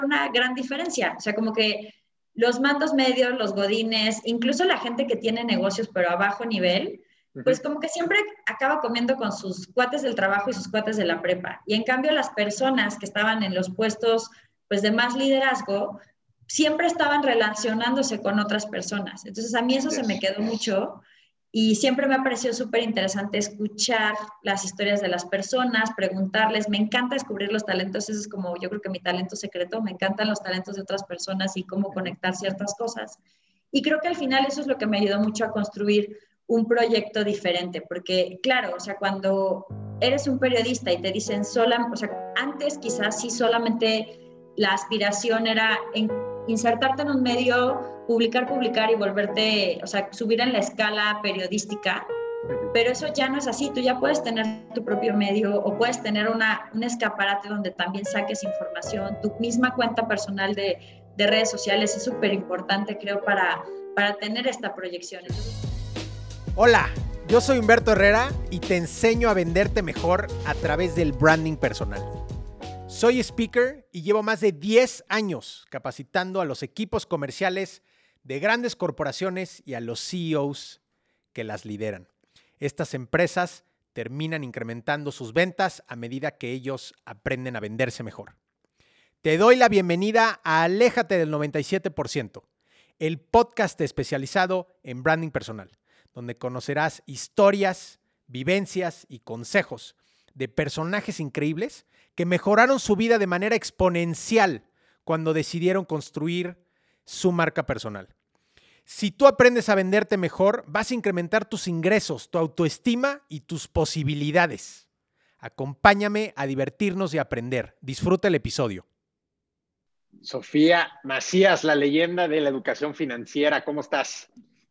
una gran diferencia. O sea, como que los mandos medios, los godines, incluso la gente que tiene negocios pero a bajo nivel, pues como que siempre acaba comiendo con sus cuates del trabajo y sus cuates de la prepa. Y en cambio las personas que estaban en los puestos pues de más liderazgo, siempre estaban relacionándose con otras personas. Entonces a mí eso se me quedó mucho y siempre me ha parecido súper interesante escuchar las historias de las personas, preguntarles. Me encanta descubrir los talentos, eso es como yo creo que mi talento secreto, me encantan los talentos de otras personas y cómo conectar ciertas cosas. Y creo que al final eso es lo que me ayudó mucho a construir un proyecto diferente, porque claro, o sea, cuando eres un periodista y te dicen o sea, antes quizás sí solamente la aspiración era insertarte en un medio, publicar y volverte, o sea, subir en la escala periodística, pero eso ya no es así. Tú ya puedes tener tu propio medio o puedes tener un escaparate donde también saques información. Tu misma cuenta personal de redes sociales es súper importante, creo, para tener esta proyección. Hola, yo soy Humberto Herrera y te enseño a venderte mejor a través del branding personal. Soy speaker y llevo más de 10 años capacitando a los equipos comerciales de grandes corporaciones y a los CEOs que las lideran. Estas empresas terminan incrementando sus ventas a medida que ellos aprenden a venderse mejor. Te doy la bienvenida a Aléjate del 97%, el podcast especializado en branding personal, donde conocerás historias, vivencias y consejos de personajes increíbles que mejoraron su vida de manera exponencial cuando decidieron construir su marca personal. Si tú aprendes a venderte mejor, vas a incrementar tus ingresos, tu autoestima y tus posibilidades. Acompáñame a divertirnos y aprender. Disfruta el episodio. Sofía Macías, la leyenda de la educación financiera. ¿Cómo estás?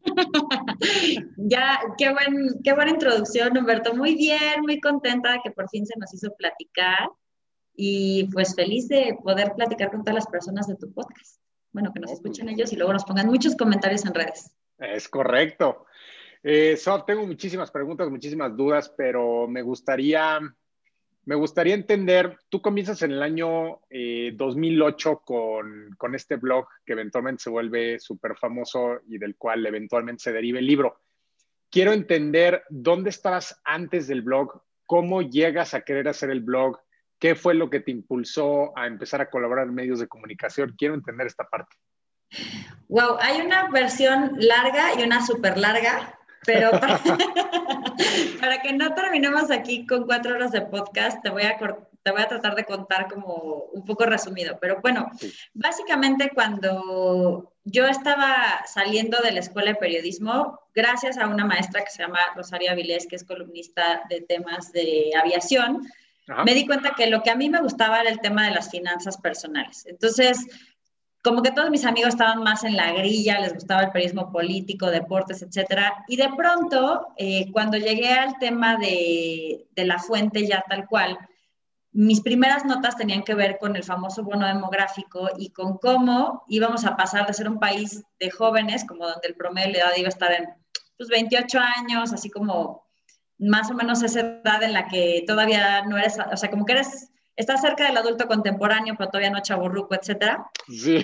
Ya, qué buena introducción, Humberto. Muy bien, muy contenta de que por fin se nos hizo platicar y pues feliz de poder platicar con todas las personas de tu podcast. Bueno, que nos escuchen ellos y luego nos pongan muchos comentarios en redes. Es correcto. Sof, tengo muchísimas preguntas, muchísimas dudas, pero me gustaría entender, tú comienzas en el año 2008 con este blog que eventualmente se vuelve súper famoso y del cual eventualmente se deriva el libro. Quiero entender dónde estabas antes del blog, cómo llegas a querer hacer el blog, qué fue lo que te impulsó a empezar a colaborar en medios de comunicación. Quiero entender esta parte. Wow, hay una versión larga y una súper larga, pero para que no terminemos aquí con 4 horas de podcast, te voy a tratar de contar como un poco resumido. Pero bueno, sí. Básicamente cuando yo estaba saliendo de la escuela de periodismo, gracias a una maestra que se llama Rosario Avilés, que es columnista de temas de aviación, me di cuenta que lo que a mí me gustaba era el tema de las finanzas personales. Entonces, como que todos mis amigos estaban más en la grilla, les gustaba el periodismo político, deportes, etcétera. Y de pronto, cuando llegué al tema de la fuente ya tal cual, mis primeras notas tenían que ver con el famoso bono demográfico y con cómo íbamos a pasar de ser un país de jóvenes, como donde el promedio de edad iba a estar en pues, 28 años, así como más o menos esa edad en la que todavía no eres, o sea, como que estás cerca del adulto contemporáneo, pero todavía no chavorruco, etcétera. Sí.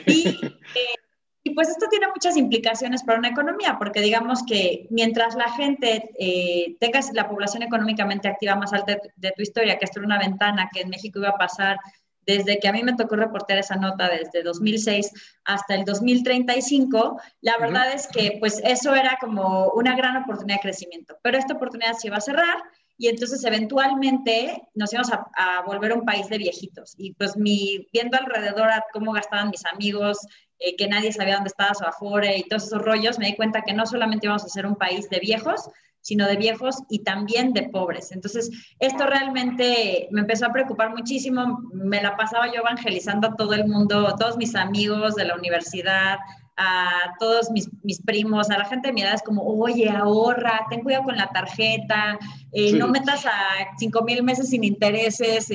Y pues esto tiene muchas implicaciones para una economía, porque digamos que mientras la gente tenga la población económicamente activa más alta de tu historia, que esto era una ventana que en México iba a pasar desde que a mí me tocó reportear esa nota desde 2006 hasta el 2035, la verdad es que pues eso era como una gran oportunidad de crecimiento, pero esta oportunidad se iba a cerrar y entonces eventualmente nos íbamos a volver un país de viejitos. Y pues viendo alrededor a cómo gastaban mis amigos, que nadie sabía dónde estaba su Afore y todos esos rollos, me di cuenta que no solamente íbamos a ser un país de viejos, sino de viejos y también de pobres. Entonces, esto realmente me empezó a preocupar muchísimo. Me la pasaba yo evangelizando a todo el mundo, a todos mis amigos de la universidad, a todos mis primos, a la gente de mi edad, es como, oye, ahorra, ten cuidado con la tarjeta, no metas a 5,000 meses sin intereses,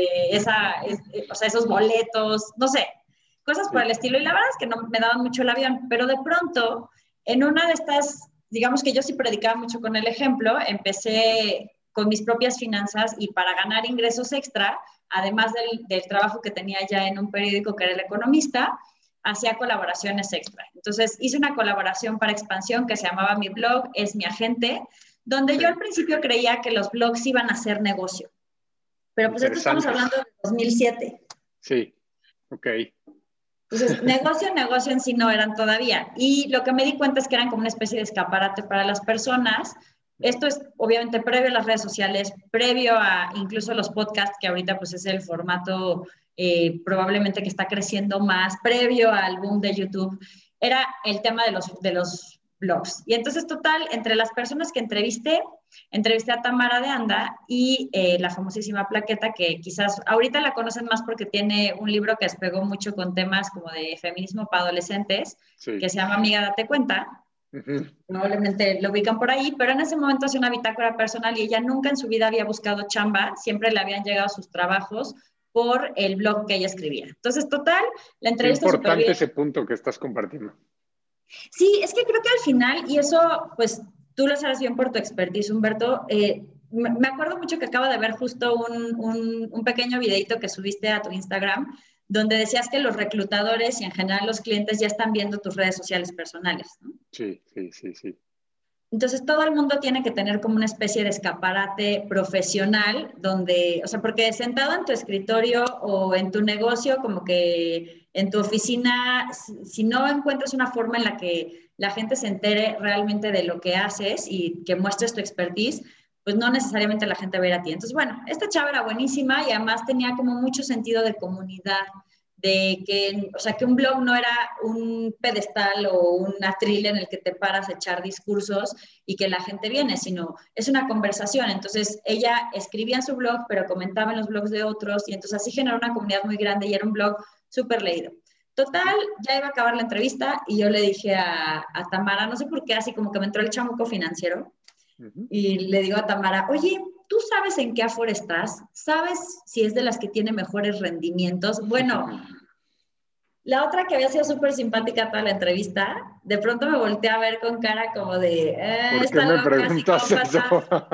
o sea, esos boletos, no sé, cosas por el estilo. Y la verdad es que no me daban mucho el avión, pero de pronto, en una de estas, digamos que yo sí predicaba mucho con el ejemplo, empecé con mis propias finanzas y para ganar ingresos extra, además del trabajo que tenía ya en un periódico que era El Economista, hacía colaboraciones extra. Entonces hice una colaboración para Expansión que se llamaba Mi Blog es mi agente, donde yo al principio creía que los blogs iban a ser negocio. Pero pues esto estamos hablando de 2007. Sí, ok. Entonces, negocio en sí no eran todavía. Y lo que me di cuenta es que eran como una especie de escaparate para las personas. Esto es obviamente previo a las redes sociales, previo a incluso los podcasts, que ahorita pues es el formato probablemente que está creciendo más, previo al boom de YouTube. Era el tema de los blogs. Y entonces, total, entre las personas que entrevisté a Tamara de Anda y la famosísima Plaqueta, que quizás ahorita la conocen más porque tiene un libro que despegó mucho con temas como de feminismo para adolescentes, que se llama Amiga, date cuenta. Probablemente lo ubican por ahí, pero en ese momento hacía una bitácora personal y ella nunca en su vida había buscado chamba, siempre le habían llegado sus trabajos por el blog que ella escribía. Entonces, total, la entrevista súper bien. Importante ese punto que estás compartiendo. Sí, es que creo que al final, y eso, pues, tú lo sabes bien por tu expertise, Humberto, me acuerdo mucho que acabo de ver justo un pequeño videito que subiste a tu Instagram, donde decías que los reclutadores y en general los clientes ya están viendo tus redes sociales personales, ¿no? Sí, sí, sí, sí. Entonces, todo el mundo tiene que tener como una especie de escaparate profesional donde, o sea, porque sentado en tu escritorio o en tu negocio, como que en tu oficina, si no encuentras una forma en la que la gente se entere realmente de lo que haces y que muestres tu expertise, pues no necesariamente la gente va a ir a ti. Entonces, bueno, esta chava era buenísima y además tenía como mucho sentido de comunidad, de que, o sea, que un blog no era un pedestal o un atril en el que te paras a echar discursos y que la gente viene, sino es una conversación. Entonces, ella escribía en su blog, pero comentaba en los blogs de otros y entonces así generó una comunidad muy grande y era un blog súper leído. Total, ya iba a acabar la entrevista y yo le dije a Tamara, no sé por qué, así como que me entró el chamuco financiero y le digo a Tamara, oye, ¿tú sabes en qué Afore estás? ¿Sabes si es de las que tiene mejores rendimientos? Bueno, la otra que había sido súper simpática toda la entrevista, de pronto me volteé a ver con cara como de, ¿por qué esta me loca preguntas eso?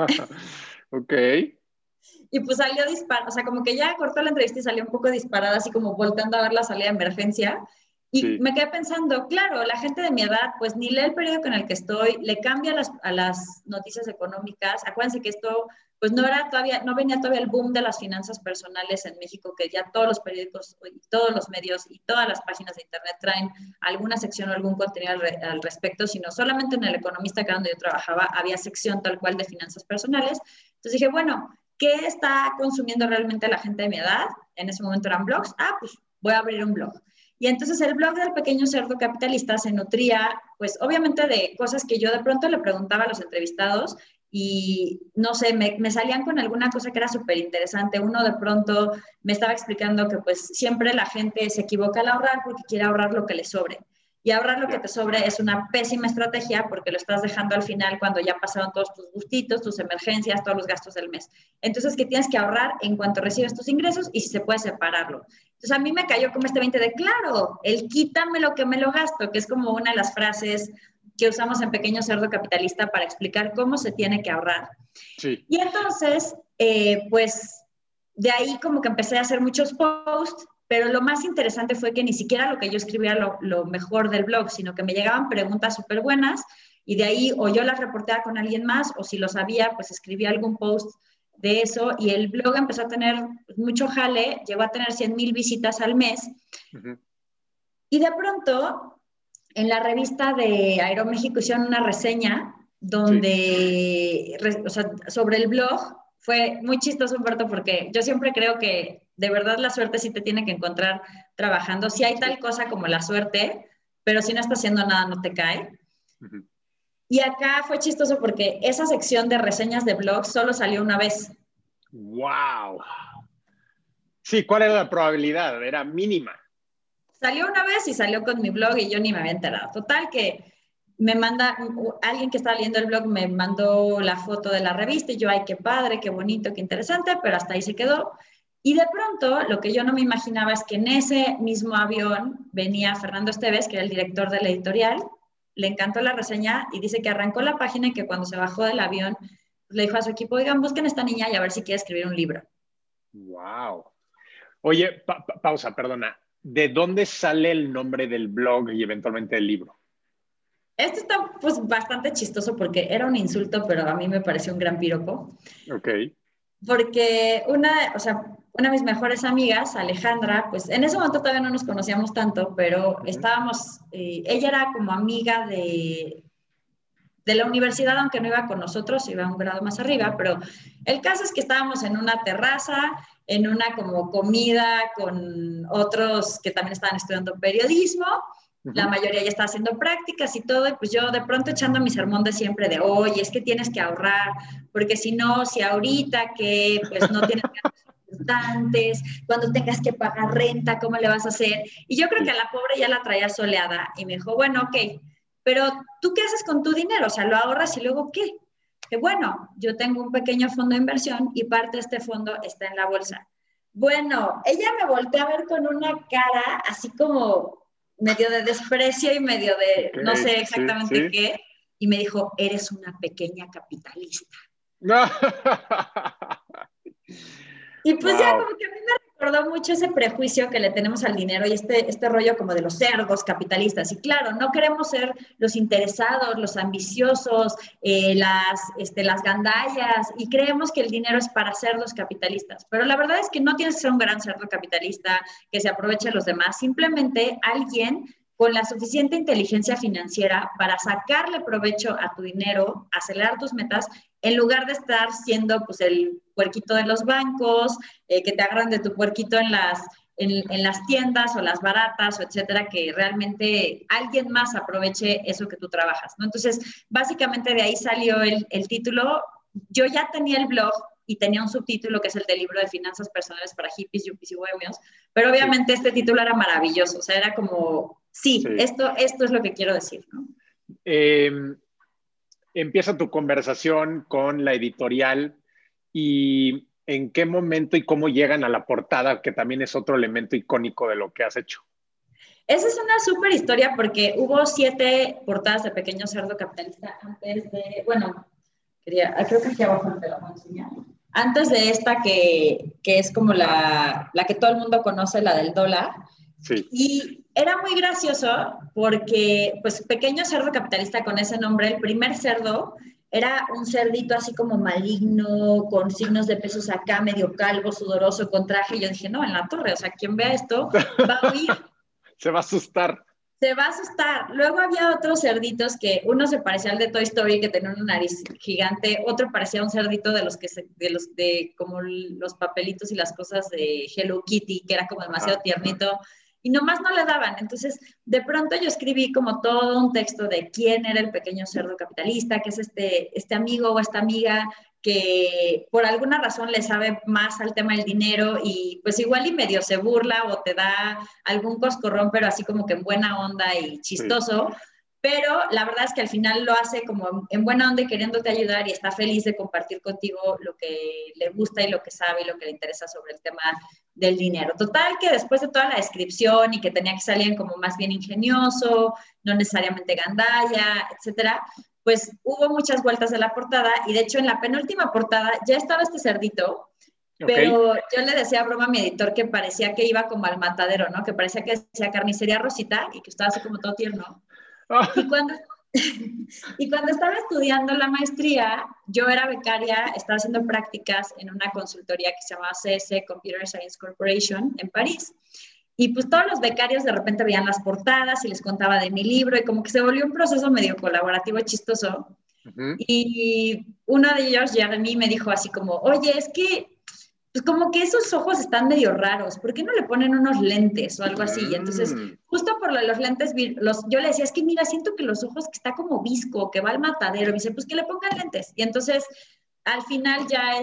Ok. Y pues salió disparada, o sea, como que ya cortó la entrevista y salió un poco disparada, así como voltando a ver la salida de emergencia. Y me quedé pensando, claro, la gente de mi edad, pues ni lee el periódico en el que estoy, le cambia a las noticias económicas. Acuérdense que esto, pues no era todavía, no venía todavía el boom de las finanzas personales en México, que ya todos los periódicos, todos los medios y todas las páginas de internet traen alguna sección o algún contenido al respecto, sino solamente en El Economista, que era donde yo trabajaba, había sección tal cual de finanzas personales. Entonces dije, bueno, ¿qué está consumiendo realmente la gente de mi edad? En ese momento eran blogs. Ah, pues voy a abrir un blog. Y entonces el blog del Pequeño Cerdo Capitalista se nutría, pues obviamente de cosas que yo de pronto le preguntaba a los entrevistados y no sé, me salían con alguna cosa que era súper interesante. Uno de pronto me estaba explicando que pues siempre la gente se equivoca al ahorrar porque quiere ahorrar lo que le sobre. Y ahorrar lo que te sobre es una pésima estrategia porque lo estás dejando al final cuando ya pasaron todos tus gustitos, tus emergencias, todos los gastos del mes. Entonces, que tienes que ahorrar en cuanto recibes tus ingresos y si se puede separarlo. Entonces, a mí me cayó como este 20 de, claro, el quítame lo que me lo gasto, que es como una de las frases que usamos en Pequeño Cerdo Capitalista para explicar cómo se tiene que ahorrar. Sí. Y entonces, pues, de ahí como que empecé a hacer muchos posts, pero lo más interesante fue que ni siquiera lo que yo escribía lo mejor del blog, sino que me llegaban preguntas súper buenas y de ahí o yo las reportaba con alguien más o si lo sabía, pues escribía algún post de eso y el blog empezó a tener mucho jale, llegó a tener 100,000 visitas al mes. Y de pronto, en la revista de Aeroméxico hicieron una reseña donde, o sea, sobre el blog. Fue muy chistoso, Humberto, porque yo siempre creo que de verdad la suerte sí te tiene que encontrar trabajando. Sí hay tal cosa como la suerte, pero si no estás haciendo nada no te cae. Y acá fue chistoso porque esa sección de reseñas de blogs solo salió una vez. ¡Wow! Sí, ¿cuál era la probabilidad? Era mínima. Salió una vez y salió con mi blog y yo ni me había enterado. Total que me manda, alguien que estaba leyendo el blog me mandó la foto de la revista y yo, ay, qué padre, qué bonito, qué interesante, pero hasta ahí se quedó. Y de pronto, lo que yo no me imaginaba es que en ese mismo avión venía Fernando Esteves, que era el director de la editorial, le encantó la reseña y dice que arrancó la página y que cuando se bajó del avión, le dijo a su equipo, oigan, busquen a esta niña y a ver si quiere escribir un libro. ¡Wow! Oye, pausa, perdona. ¿De dónde sale el nombre del blog y eventualmente del libro? Esto está pues bastante chistoso porque era un insulto, pero a mí me pareció un gran piropo. Ok. Porque o sea, una de mis mejores amigas, Alejandra, pues en ese momento todavía no nos conocíamos tanto, pero Ujú. estábamos, ella era como amiga de la universidad, aunque no iba con nosotros, iba un grado más arriba, pero el caso es que estábamos en una terraza, en una como comida con otros que también estaban estudiando periodismo, la Ujú. mayoría ya estaba haciendo prácticas y todo, y pues yo de pronto echando mi sermón de siempre de, oye, es que tienes que ahorrar, porque si no, si ahorita que pues no tienes gastos importantes, cuando tengas que pagar renta, ¿cómo le vas a hacer? Y yo creo que Sí. a la pobre ya la traía soleada y me dijo, bueno, ok, pero ¿tú qué haces con tu dinero? O sea, ¿lo ahorras y luego qué? Que bueno, yo tengo un pequeño fondo de inversión y parte de este fondo está en la bolsa. Bueno, ella me volteó a ver con una cara así como medio de desprecio y medio de Ok, no sé sí, exactamente sí. qué, y me dijo, eres una pequeña capitalista. Y pues ya Wow. como que a mí me recordó mucho ese prejuicio que le tenemos al dinero y este rollo como de los cerdos capitalistas. Y claro, no queremos ser los interesados, los ambiciosos, las gandallas, y creemos que el dinero es para cerdos capitalistas. Pero la verdad es que no tienes que ser un gran cerdo capitalista que se aproveche de los demás, simplemente alguien con la suficiente inteligencia financiera para sacarle provecho a tu dinero, acelerar tus metas, en lugar de estar siendo pues el puerquito de los bancos, que te agarran de tu puerquito en las tiendas o las baratas o etcétera, que realmente alguien más aproveche eso que tú trabajas, ¿no? Entonces, básicamente de ahí salió el título. Yo ya tenía el blog y tenía un subtítulo que es el del libro de finanzas personales para hippies, yuppies y bohemios, pero Sí, obviamente este título era maravilloso, o sea, era como, sí, sí. esto es lo que quiero decir, ¿no? Eh, Empieza tu conversación con la editorial y en qué momento y cómo llegan a la portada, que también es otro elemento icónico de lo que has hecho. Esa es una súper historia porque hubo 7 portadas de Pequeño Cerdo Capitalista antes de, bueno, creo que aquí abajo te la voy a enseñar. Antes de esta que es como la que todo el mundo conoce, la del dólar. Sí. Y era muy gracioso porque, pues, Pequeño Cerdo Capitalista con ese nombre, el primer cerdo era un cerdito así como maligno, con signos de pesos acá, medio calvo, sudoroso, con traje. Y yo dije, no, en la torre, o sea, quien vea esto va a oír, Se va a asustar. se va a asustar. Luego había otros cerditos que uno se parecía al de Toy Story, que tenía una nariz gigante, otro parecía un cerdito de los que de los de como los papelitos y las cosas de Hello Kitty, que era como demasiado Ajá. tiernito, y nomás no le daban. Entonces, de pronto yo escribí como todo un texto de quién era el pequeño cerdo capitalista, que es este amigo o esta amiga que por alguna razón le sabe más al tema del dinero y pues igual y medio se burla o te da algún coscorrón, pero así como que en buena onda y Sí, chistoso. Pero la verdad es que al final lo hace como en buena onda y queriéndote ayudar y está feliz de compartir contigo lo que le gusta y lo que sabe y lo que le interesa sobre el tema del dinero. Total que después de toda la descripción y que tenía que salir como más bien ingenioso, no necesariamente gandalla, etcétera, pues hubo muchas vueltas de la portada y de hecho en la penúltima portada ya estaba este cerdito, ok. pero yo le decía a broma a mi editor que parecía que iba como al matadero, ¿no? Que parecía que decía carnicería Rosita y que estaba así como todo tierno. Y cuando, y cuando estaba estudiando la maestría, yo era becaria, estaba haciendo prácticas en una consultoría que se llamaba CS, Computer Science Corporation, en París. Y pues todos los becarios de repente veían las portadas y les contaba de mi libro y como que se volvió un proceso medio colaborativo y chistoso. Ujú. Y uno de ellos, Jeremy, me dijo así como, oye, es que pues como que esos ojos están medio raros, ¿por qué no le ponen unos lentes o algo así? Y entonces, Mm, justo por lo de los lentes, yo le decía, es que mira, siento que los ojos que está como visco, que va al matadero, y me dice, pues que le pongan lentes. Y entonces, al final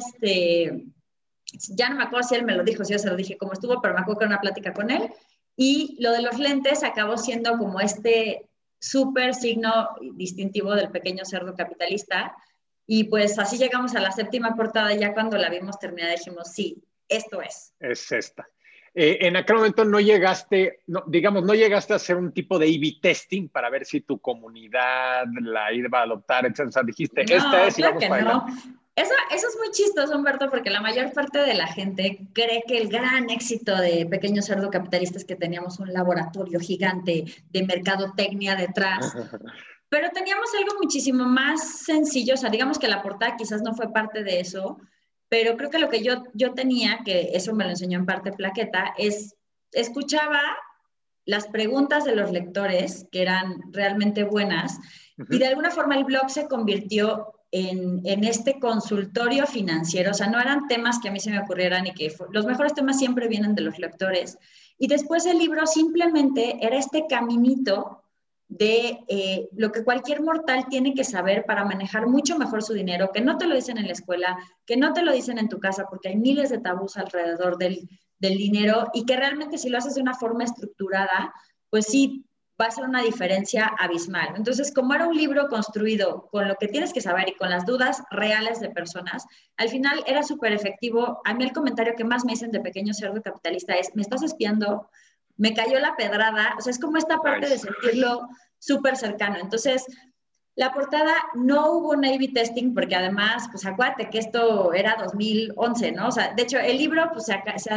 ya no me acuerdo si él me lo dijo, si yo se lo dije cómo estuvo, pero me acuerdo que era una plática con él. Y lo de los lentes acabó siendo como este súper signo distintivo del pequeño cerdo capitalista. Y pues así llegamos a la séptima portada y ya cuando la vimos terminada dijimos, sí, esto es. es esta. En aquel momento no llegaste, no, digamos, no llegaste a hacer un tipo de A/B testing para ver si tu comunidad la iba a adoptar, etcétera. O sea, dijiste, esta No, es y claro vamos que para no. adelante. Eso es muy chistoso, Humberto, porque la mayor parte de la gente cree que el gran éxito de Pequeño Cerdo Capitalista es que teníamos un laboratorio gigante de mercadotecnia detrás, pero teníamos algo muchísimo más sencillo. O sea, digamos que la portada quizás no fue parte de eso, pero creo que lo que yo tenía, que eso me lo enseñó en parte Plaqueta, es escuchaba las preguntas de los lectores, que eran realmente buenas, y de alguna forma el blog se convirtió en este consultorio financiero. O sea, no eran temas que a mí se me ocurrieran y los mejores temas siempre vienen de los lectores. Y después el libro simplemente era este caminito de lo que cualquier mortal tiene que saber para manejar mucho mejor su dinero, que no te lo dicen en la escuela, que no te lo dicen en tu casa, porque hay miles de tabús alrededor del dinero, y que realmente si lo haces de una forma estructurada, pues sí va a ser una diferencia abismal. Entonces, como era un libro construido con lo que tienes que saber y con las dudas reales de personas, al final era súper efectivo. A mí el comentario que más me dicen de Pequeño Cerdo Capitalista es: ¿me estás espiando? Me cayó la pedrada. O sea, es como esta parte de sentirlo súper cercano. Entonces, la portada no hubo un A/B testing, porque además, pues acuérdate que esto era 2011, ¿no? O sea, de hecho, el libro pues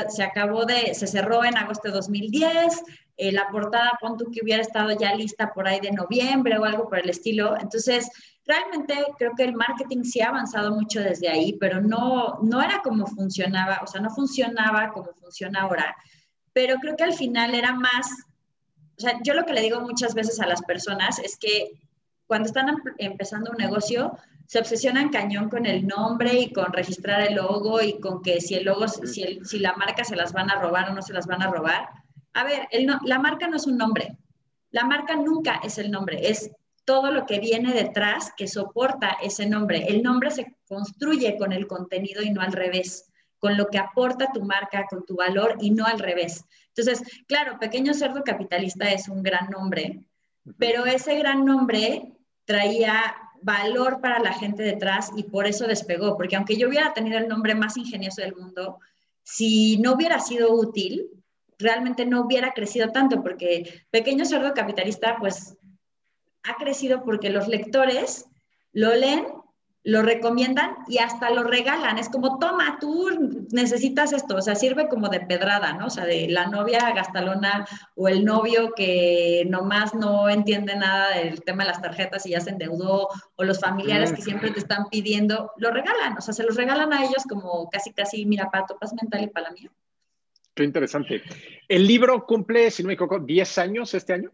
se cerró en agosto de 2010. La portada, pon tú que hubiera estado ya lista por ahí de noviembre o algo por el estilo. Entonces, realmente creo que el marketing sí ha avanzado mucho desde ahí, pero no era como funcionaba, o sea, no funcionaba como funciona ahora. Pero creo que al final era más, o sea, yo lo que le digo muchas veces a las personas es que cuando están empezando un negocio, se obsesionan cañón con el nombre y con registrar el logo y con que si el logo, si la marca se las van a robar o no se las van a robar. A ver, la marca no es un nombre. La marca nunca es el nombre, es todo lo que viene detrás que soporta ese nombre. El nombre se construye con el contenido y no al revés, con lo que aporta tu marca, con tu valor y no al revés. Entonces, claro, Pequeño Cerdo Capitalista es un gran nombre, pero ese gran nombre traía valor para la gente detrás y por eso despegó, porque aunque yo hubiera tenido el nombre más ingenioso del mundo, si no hubiera sido útil, realmente no hubiera crecido tanto, porque Pequeño Cerdo Capitalista pues ha crecido porque los lectores lo leen, lo recomiendan y hasta lo regalan. Es como: toma, tú necesitas esto. O sea, sirve como de pedrada, ¿no? O sea, de la novia gastalona o el novio que nomás no entiende nada del tema de las tarjetas y ya se endeudó, o los familiares que siempre te están pidiendo, lo regalan. O sea, se los regalan a ellos como casi, casi, mira, para tu paz mental y para la mía. Qué interesante. El libro cumple, si no me equivoco, 10 años este año.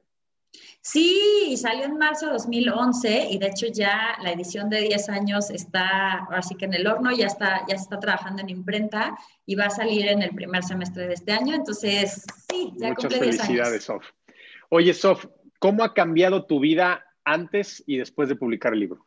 Sí, salió en marzo de 2011 y de hecho ya la edición de 10 años está, ahora sí que en el horno, ya se está trabajando en imprenta y va a salir en el primer semestre de este año. Entonces, sí, ya Muchas cumple 10 felicidades, años. Sof. Oye, Sof, ¿cómo ha cambiado tu vida antes y después de publicar el libro?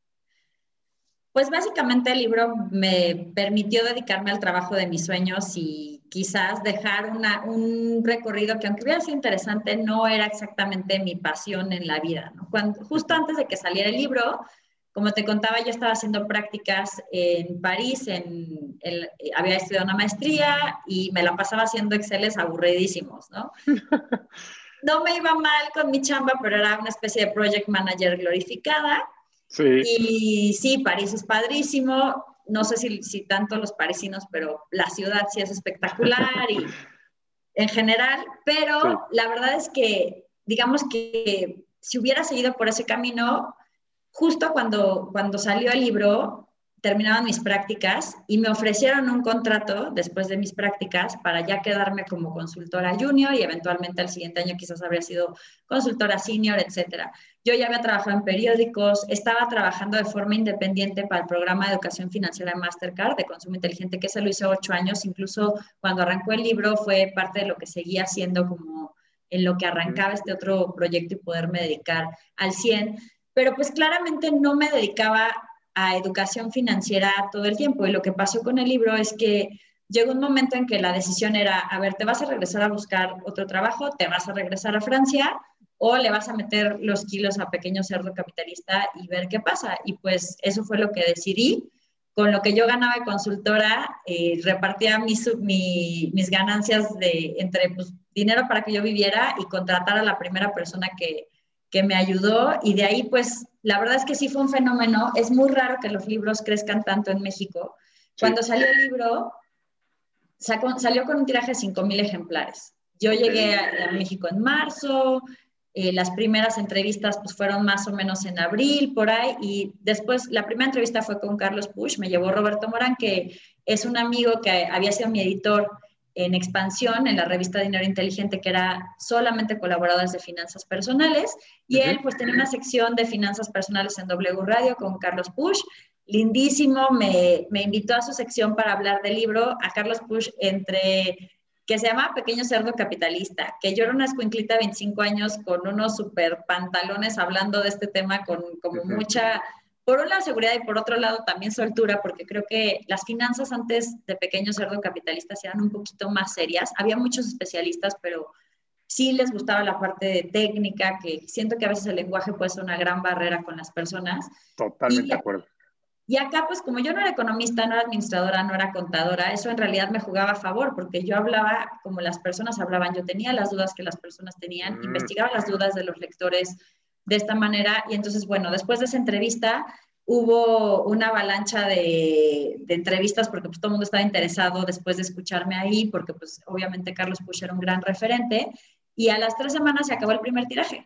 Pues básicamente el libro me permitió dedicarme al trabajo de mis sueños y quizás dejar un recorrido que, aunque hubiera sido interesante, no era exactamente mi pasión en la vida, ¿no? Justo antes de que saliera el libro, como te contaba, yo estaba haciendo prácticas en París, había estudiado una maestría y me la pasaba haciendo Exceles aburridísimos, ¿no? No me iba mal con mi chamba, pero era una especie de project manager glorificada. Sí. Y sí, París es padrísimo. No sé si tanto los parisinos, pero la ciudad sí es espectacular y en general. Sí. Pero la verdad es que, digamos que si hubiera seguido por ese camino, justo cuando salió el libro, terminaban mis prácticas y me ofrecieron un contrato después de mis prácticas para ya quedarme como consultora junior y eventualmente al siguiente año quizás habría sido consultora senior, etcétera. Yo ya había trabajado en periódicos, estaba trabajando de forma independiente para el programa de educación financiera de Mastercard de consumo inteligente, que se lo hice 8 años. Incluso cuando arrancó el libro fue parte de lo que seguía haciendo como en lo que arrancaba este otro proyecto y poderme dedicar al 100. Pero pues claramente no me dedicaba a educación financiera todo el tiempo. Y lo que pasó con el libro es que llegó un momento en que la decisión era: a ver, ¿te vas a regresar a buscar otro trabajo? ¿Te vas a regresar a Francia? ¿O le vas a meter los kilos a Pequeño Cerdo Capitalista y ver qué pasa? Y pues eso fue lo que decidí. Con lo que yo ganaba de consultora, repartía mis ganancias entre pues, dinero para que yo viviera y contratar a la primera persona que me ayudó y de ahí pues la verdad es que sí fue un fenómeno. Es muy raro que los libros crezcan tanto en México. Sí. Cuando salió el libro, salió con un tiraje de 5,000 ejemplares. Yo Ok. llegué a México en marzo, las primeras entrevistas pues fueron más o menos en abril, por ahí, y después la primera entrevista fue con Carlos Puch, me llevó Roberto Morán, que es un amigo que había sido mi editor en Expansión, en la revista Dinero Inteligente, que era solamente colaboradores de finanzas personales, y él pues tenía una sección de finanzas personales en W Radio con Carlos Puch, lindísimo, me invitó a su sección para hablar del libro, a Carlos Puch, que se llama Pequeño Cerdo Capitalista, que yo era una escuinclita de 25 años con unos super pantalones hablando de este tema con como mucha, por un lado seguridad y por otro lado también soltura, porque creo que las finanzas antes de Pequeño Cerdo Capitalista eran un poquito más serias. Había muchos especialistas, pero sí les gustaba la parte de técnica, que siento que a veces el lenguaje puede ser una gran barrera con las personas. Totalmente Y de acuerdo. y acá, pues como yo no era economista, no era administradora, no era contadora, eso en realidad me jugaba a favor, porque yo hablaba como las personas hablaban, yo tenía las dudas que las personas tenían, investigaba las dudas de los lectores de esta manera, y entonces, bueno, después de esa entrevista hubo una avalancha de entrevistas, porque pues todo el mundo estaba interesado después de escucharme ahí, porque pues obviamente Carlos Puch era un gran referente, y a las 3 semanas se acabó el primer tiraje.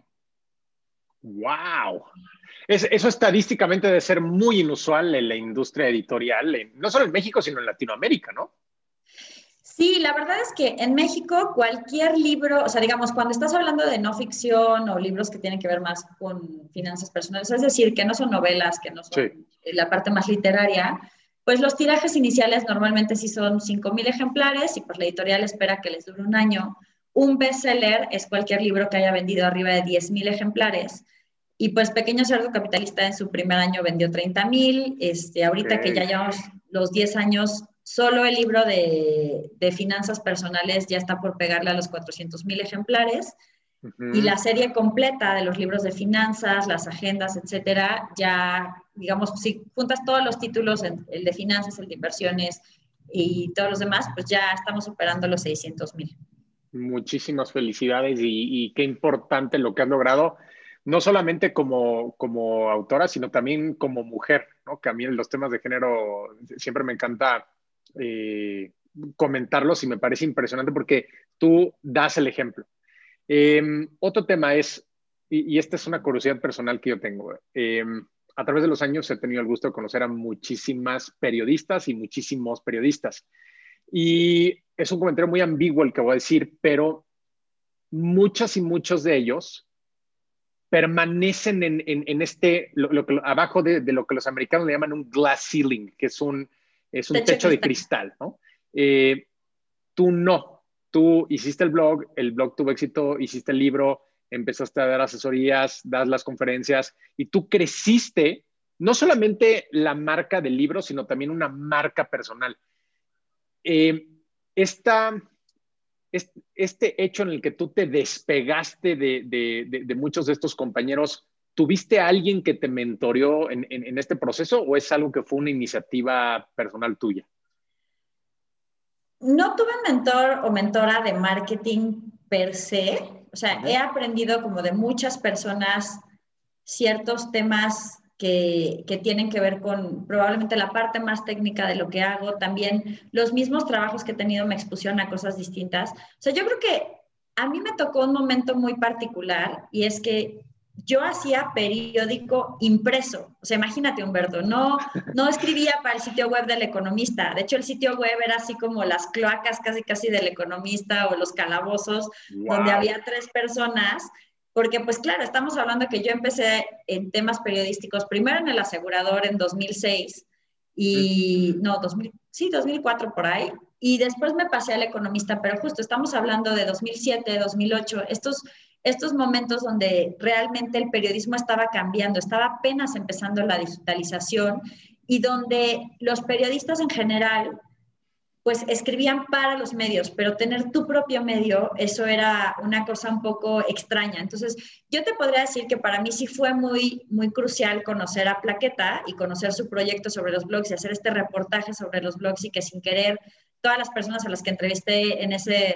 ¡Wow! Eso estadísticamente debe ser muy inusual en la industria editorial, no solo en México, sino en Latinoamérica, ¿no? Sí, la verdad es que en México cualquier libro, o sea, digamos, cuando estás hablando de no ficción o libros que tienen que ver más con finanzas personales, es decir, que no son novelas, que no son Sí. la parte más literaria, pues los tirajes iniciales normalmente sí son 5,000 ejemplares y pues la editorial espera que les dure un año. Un bestseller es cualquier libro que haya vendido arriba de 10,000 ejemplares. Y pues Pequeño Cerdo Capitalista en su primer año vendió 30,000. Ahorita que ya Ok. llevamos los 10 años, solo el libro de finanzas personales ya está por pegarle a los 400,000 ejemplares. Y la serie completa de los libros de finanzas, las agendas, etcétera, ya, digamos, si juntas todos los títulos, el de finanzas, el de inversiones y todos los demás, pues ya estamos superando los 600,000. Muchísimas felicidades y qué importante lo que has logrado, no solamente como autora, sino también como mujer, ¿no? Que a mí los temas de género siempre me encanta comentarlos y me parece impresionante porque tú das el ejemplo. Otro tema es, y esta es una curiosidad personal que yo tengo, a través de los años he tenido el gusto de conocer a muchísimas periodistas y muchísimos periodistas. Y es un comentario muy ambiguo el que voy a decir, pero muchas y muchos de ellos permanecen en este, abajo de lo que los americanos le llaman un glass ceiling, que es un Techo techo de cristal. cristal, ¿no? Tú no, tú hiciste el blog tuvo éxito, hiciste el libro, empezaste a dar asesorías, das las conferencias y tú creciste no solamente la marca del libro, sino también una marca personal. Eh, esta, este hecho en el que tú te despegaste de muchos de estos compañeros, ¿tuviste a alguien que te mentoreó en este proceso o es algo que fue una iniciativa personal tuya? No tuve un mentor o mentora de marketing per se, o sea, he aprendido como de muchas personas ciertos temas que tienen que ver con probablemente la parte más técnica de lo que hago. También los mismos trabajos que he tenido me expusieron a cosas distintas. O sea, yo creo que a mí me tocó un momento muy particular y es que yo hacía periódico impreso. O sea, imagínate, Humberto, no escribía para el sitio web del Economista. De hecho, el sitio web era así como las cloacas casi casi del Economista o los calabozos donde Wow. había 3 personas porque, pues claro, estamos hablando que yo empecé en temas periodísticos, primero en el asegurador en 2006, y no, 2000, sí, 2004 por ahí, y después me pasé al Economista, pero justo estamos hablando de 2007, 2008, estos momentos donde realmente el periodismo estaba cambiando, estaba apenas empezando la digitalización y donde los periodistas en general pues escribían para los medios, pero tener tu propio medio, eso era una cosa un poco extraña. Entonces, yo te podría decir que para mí sí fue muy, muy crucial conocer a Plaqueta y conocer su proyecto sobre los blogs y hacer este reportaje sobre los blogs y que sin querer, todas las personas a las que entrevisté en ese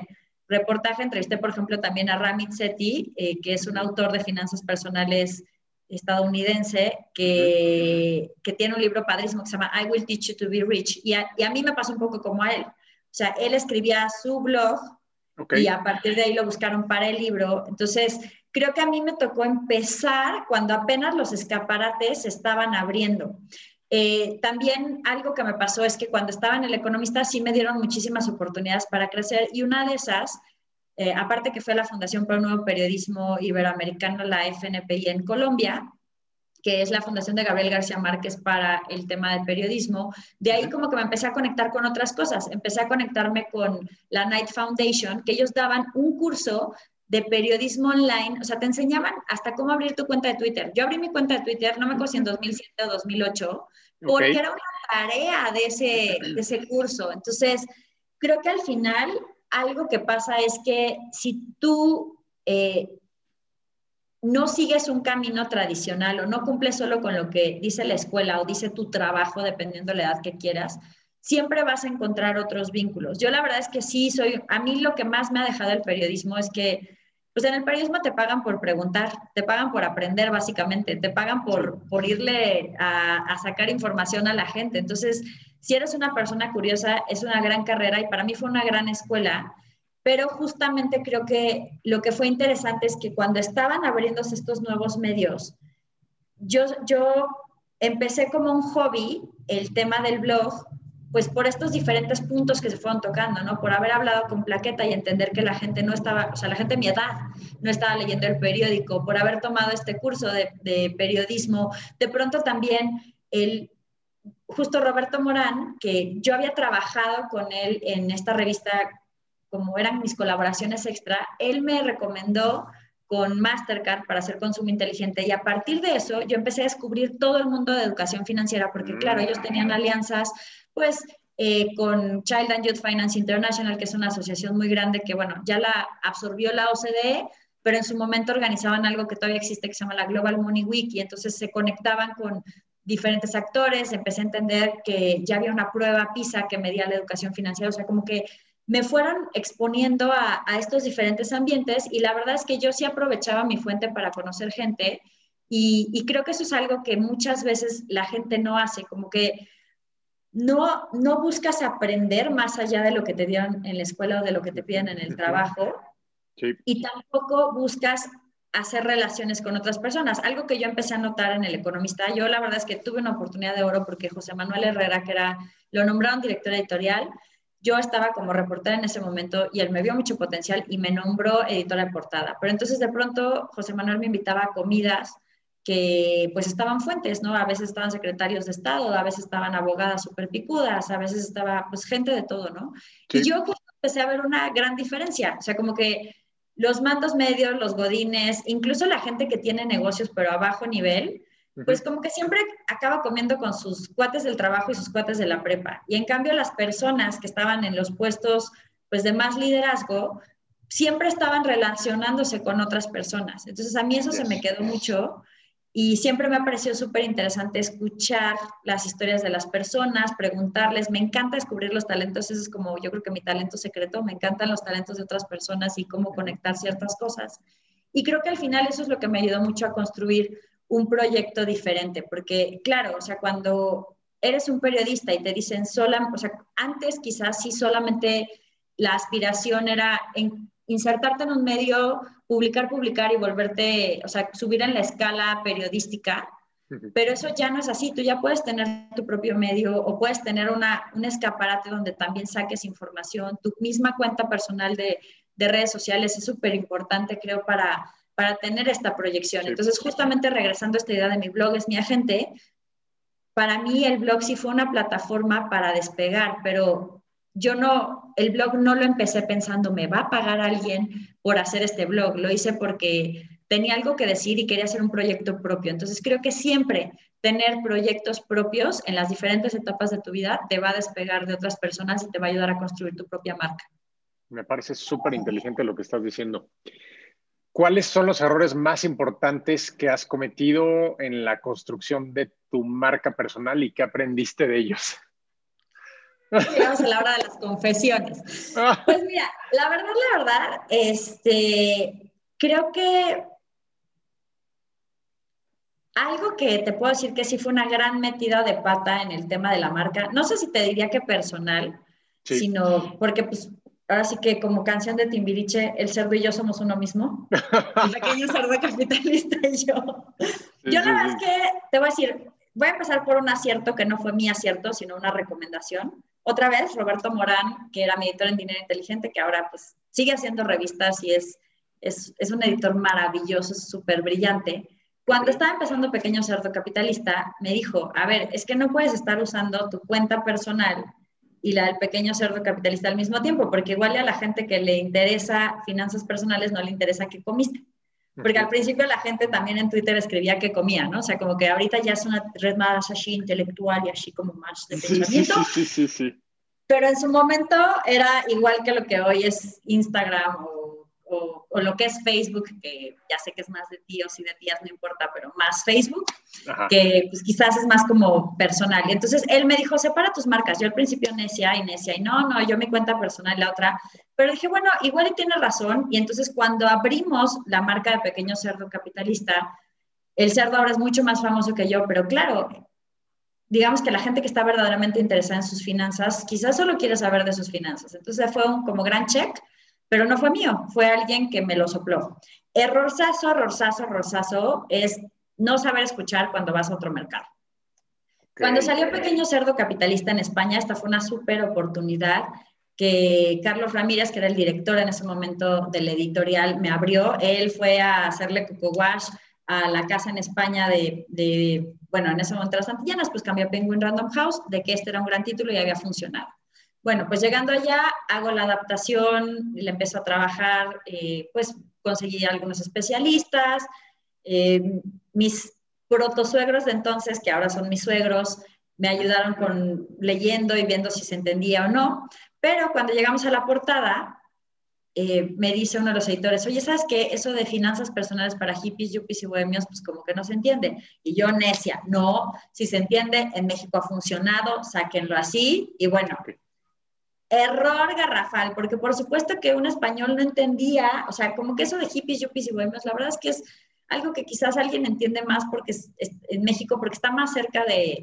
reportaje entrevisté, por ejemplo, también a Ramit Sethi, que es un autor de finanzas personales estadounidense, que tiene un libro padrísimo que se llama I Will Teach You to Be Rich. Y a mí me pasó un poco como a él. O sea, él escribía su blog y a partir de ahí lo buscaron para el libro. Entonces, creo que a mí me tocó empezar cuando apenas los escaparates se estaban abriendo. También algo que me pasó es que cuando estaba en El Economista sí me dieron muchísimas oportunidades para crecer y una de esas, aparte que fue la Fundación para un Nuevo Periodismo Iberoamericano, la FNPI en Colombia, que es la fundación de Gabriel García Márquez para el tema del periodismo. De ahí como que me empecé a conectar con otras cosas. Empecé a conectarme con la Knight Foundation, que ellos daban un curso de periodismo online, o sea, te enseñaban hasta cómo abrir tu cuenta de Twitter. Yo abrí mi cuenta de Twitter, no me acuerdo si en 2007 o 2008, porque era una tarea de ese curso. Entonces, creo que al final algo que pasa es que si tú no sigues un camino tradicional o no cumples solo con lo que dice la escuela o dice tu trabajo, dependiendo de la edad que quieras, siempre vas a encontrar otros vínculos. Yo la verdad es que sí, a mí lo que más me ha dejado el periodismo es que, pues en el periodismo te pagan por preguntar, te pagan por aprender básicamente, te pagan por irle a sacar información a la gente. Entonces, si eres una persona curiosa, es una gran carrera y para mí fue una gran escuela. Pero justamente creo que lo que fue interesante es que cuando estaban abriéndose estos nuevos medios, yo empecé como un hobby el tema del blog, pues por estos diferentes puntos que se fueron tocando, ¿no? Por haber hablado con Plaqueta y entender que la gente no estaba, o sea, la gente de mi edad no estaba leyendo el periódico, por haber tomado este curso de periodismo, de pronto también justo Roberto Morán, que yo había trabajado con él en esta revista, como eran mis colaboraciones extra, él me recomendó con Mastercard para hacer consumo inteligente y a partir de eso yo empecé a descubrir todo el mundo de educación financiera porque claro, ellos tenían alianzas pues con Child and Youth Finance International, que es una asociación muy grande que bueno, ya la absorbió la OCDE, pero en su momento organizaban algo que todavía existe que se llama la Global Money Week y entonces se conectaban con diferentes actores, empecé a entender que ya había una prueba PISA que medía la educación financiera, o sea, como que me fueron exponiendo a estos diferentes ambientes y la verdad es que yo sí aprovechaba mi fuente para conocer gente y creo que eso es algo que muchas veces la gente no hace, como que no buscas aprender más allá de lo que te dieron en la escuela o de lo que te piden en el trabajo y tampoco buscas hacer relaciones con otras personas. Algo que yo empecé a notar en El Economista, yo la verdad es que tuve una oportunidad de oro porque José Manuel Herrera, que lo nombraron director editorial, yo estaba como reportera en ese momento y él me vio mucho potencial y me nombró editora de portada. Pero entonces de pronto José Manuel me invitaba a comidas que pues estaban fuentes, ¿no? A veces estaban secretarios de Estado, a veces estaban abogadas súper picudas, a veces estaba pues gente de todo, ¿no? Sí. Y yo pues, empecé a ver una gran diferencia, o sea, como que los mandos medios, los godines, incluso la gente que tiene negocios pero a bajo nivel, pues como que siempre acaba comiendo con sus cuates del trabajo y sus cuates de la prepa. Y en cambio las personas que estaban en los puestos pues de más liderazgo, siempre estaban relacionándose con otras personas. Entonces a mí eso se me quedó mucho y siempre me ha parecido súper interesante escuchar las historias de las personas, preguntarles. Me encanta descubrir los talentos, eso es como yo creo que mi talento secreto, me encantan los talentos de otras personas y cómo conectar ciertas cosas. Y creo que al final eso es lo que me ayudó mucho a construir un proyecto diferente, porque claro, o sea, cuando eres un periodista y te dicen o sea, antes quizás sí solamente la aspiración era insertarte en un medio, publicar y volverte, o sea, subir en la escala periodística, pero eso ya no es así, tú ya puedes tener tu propio medio o puedes tener un escaparate donde también saques información, tu misma cuenta personal de redes sociales es súper importante, creo, para tener esta proyección. Sí. Entonces, justamente regresando a esta idea de mi blog es mi agente, para mí el blog sí fue una plataforma para despegar, pero el blog no lo empecé pensando, me va a pagar alguien por hacer este blog, lo hice porque tenía algo que decir y quería hacer un proyecto propio. Entonces creo que siempre tener proyectos propios en las diferentes etapas de tu vida te va a despegar de otras personas y te va a ayudar a construir tu propia marca. Me parece súper inteligente lo que estás diciendo. ¿Cuáles son los errores más importantes que has cometido en la construcción de tu marca personal y qué aprendiste de ellos? Llegamos a la hora de las confesiones. Pues mira, la verdad, creo que algo que te puedo decir que sí fue una gran metida de pata en el tema de la marca, no sé si te diría que personal, Sí. sino porque pues ahora sí que como canción de Timbiriche, el cerdo y yo somos uno mismo, el pequeño cerdo capitalista y yo. Sí, Yo la sí, verdad es sí. que te voy a decir, voy a empezar por un acierto que no fue mi acierto, sino una recomendación. Otra vez, Roberto Morán, que era mi editor en Dinero Inteligente, que ahora pues sigue haciendo revistas y es un editor maravilloso, súper brillante. Ok. Cuando estaba empezando Pequeño Cerdo Capitalista, me dijo, a ver, es que no puedes estar usando tu cuenta personal y la del Pequeño Cerdo Capitalista al mismo tiempo, porque igual a la gente que le interesa finanzas personales no le interesa qué comiste. Porque al Ujú. principio la gente también en Twitter escribía que comía, ¿no? O sea, como que ahorita ya es una red más así intelectual y así como más de Sí, sí, pensamiento, sí, sí, sí, sí. pero en su momento era igual que lo que hoy es Instagram o lo que es Facebook, que ya sé que es más de tíos y de tías, no importa, pero más Facebook, Ajá. que pues quizás es más como personal. Y entonces él me dijo, separa tus marcas. Yo al principio necia, y no, yo mi cuenta personal y la otra. Pero dije, bueno, igual y tiene razón. Y entonces cuando abrimos la marca de Pequeño Cerdo Capitalista, el cerdo ahora es mucho más famoso que yo, pero claro, digamos que la gente que está verdaderamente interesada en sus finanzas, quizás solo quiere saber de sus finanzas. Entonces fue un como gran check, pero no fue mío, fue alguien que me lo sopló. Errorzazo es no saber escuchar cuando vas a otro mercado. Ok. Cuando salió Pequeño Cerdo Capitalista en España, esta fue una súper oportunidad que Carlos Ramírez, que era el director en ese momento del editorial, me abrió. Él fue a hacerle coco wash a la casa en España bueno, en ese momento las Antillanas, pues cambió a Penguin Random House, de que este era un gran título y había funcionado. Bueno, pues llegando allá, hago la adaptación, le empiezo a trabajar, pues conseguí algunos especialistas, mis protosuegros de entonces, que ahora son mis suegros, me ayudaron con leyendo y viendo si se entendía o no, pero cuando llegamos a la portada, me dice uno de los editores, oye, ¿sabes qué? Eso de finanzas personales para hippies, yuppies y bohemios, pues como que no se entiende. Y yo necia, no, si se entiende, en México ha funcionado, sáquenlo así. Y bueno, Ok. error garrafal, porque por supuesto que un español no entendía, o sea, como que eso de hippies, yuppies y bohemios, la verdad es que es algo que quizás alguien entiende más porque es en México, porque está más cerca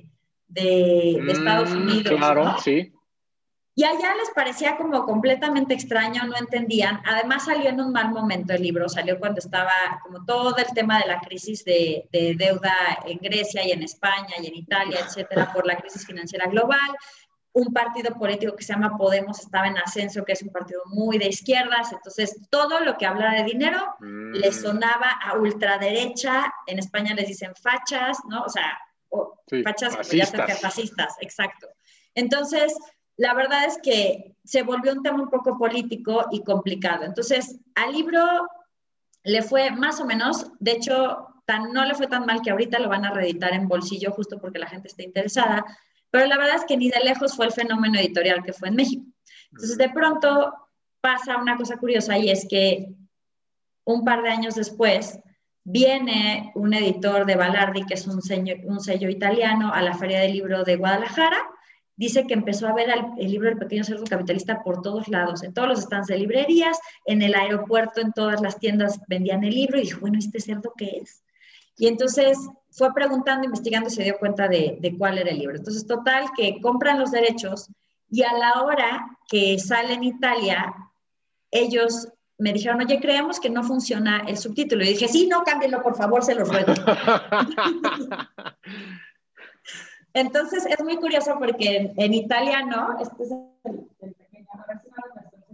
de Estados Unidos, Claro, ¿no? sí. Y allá les parecía como completamente extraño, no entendían. Además salió en un mal momento el libro, salió cuando estaba como todo el tema de la crisis de deuda en Grecia y en España y en Italia, etcétera, por la crisis financiera global. Un partido político que se llama Podemos estaba en ascenso, que es un partido muy de izquierdas, entonces todo lo que hablara de dinero le Mm, sonaba a ultraderecha, en España les dicen fachas, ¿no? O sea, sí, fachas como ya cerca de fascistas. fascistas, exacto. Entonces, la verdad es que se volvió un tema un poco político y complicado. Entonces, al libro le fue más o menos, de hecho, no le fue tan mal que ahorita lo van a reeditar en bolsillo justo porque la gente está interesada, pero la verdad es que ni de lejos fue el fenómeno editorial que fue en México. Entonces, Mm, de pronto pasa una cosa curiosa y es que un par de años después viene un editor de Balardi, que es un sello italiano, a la Feria del Libro de Guadalajara. Dice que empezó a ver el libro del Pequeño Cerdo Capitalista por todos lados, en todos los stands de librerías, en el aeropuerto, en todas las tiendas vendían el libro y dijo, bueno, ¿este cerdo qué es? Y entonces fue preguntando, investigando y se dio cuenta de cuál era el libro. Entonces, total, que compran los derechos y a la hora que sale en Italia, ellos me dijeron, oye, creemos que no funciona el subtítulo. Y dije, sí, no, cámbienlo, por favor, se los ruego. Entonces, es muy curioso porque en italiano, este es el pequeño, a ver si no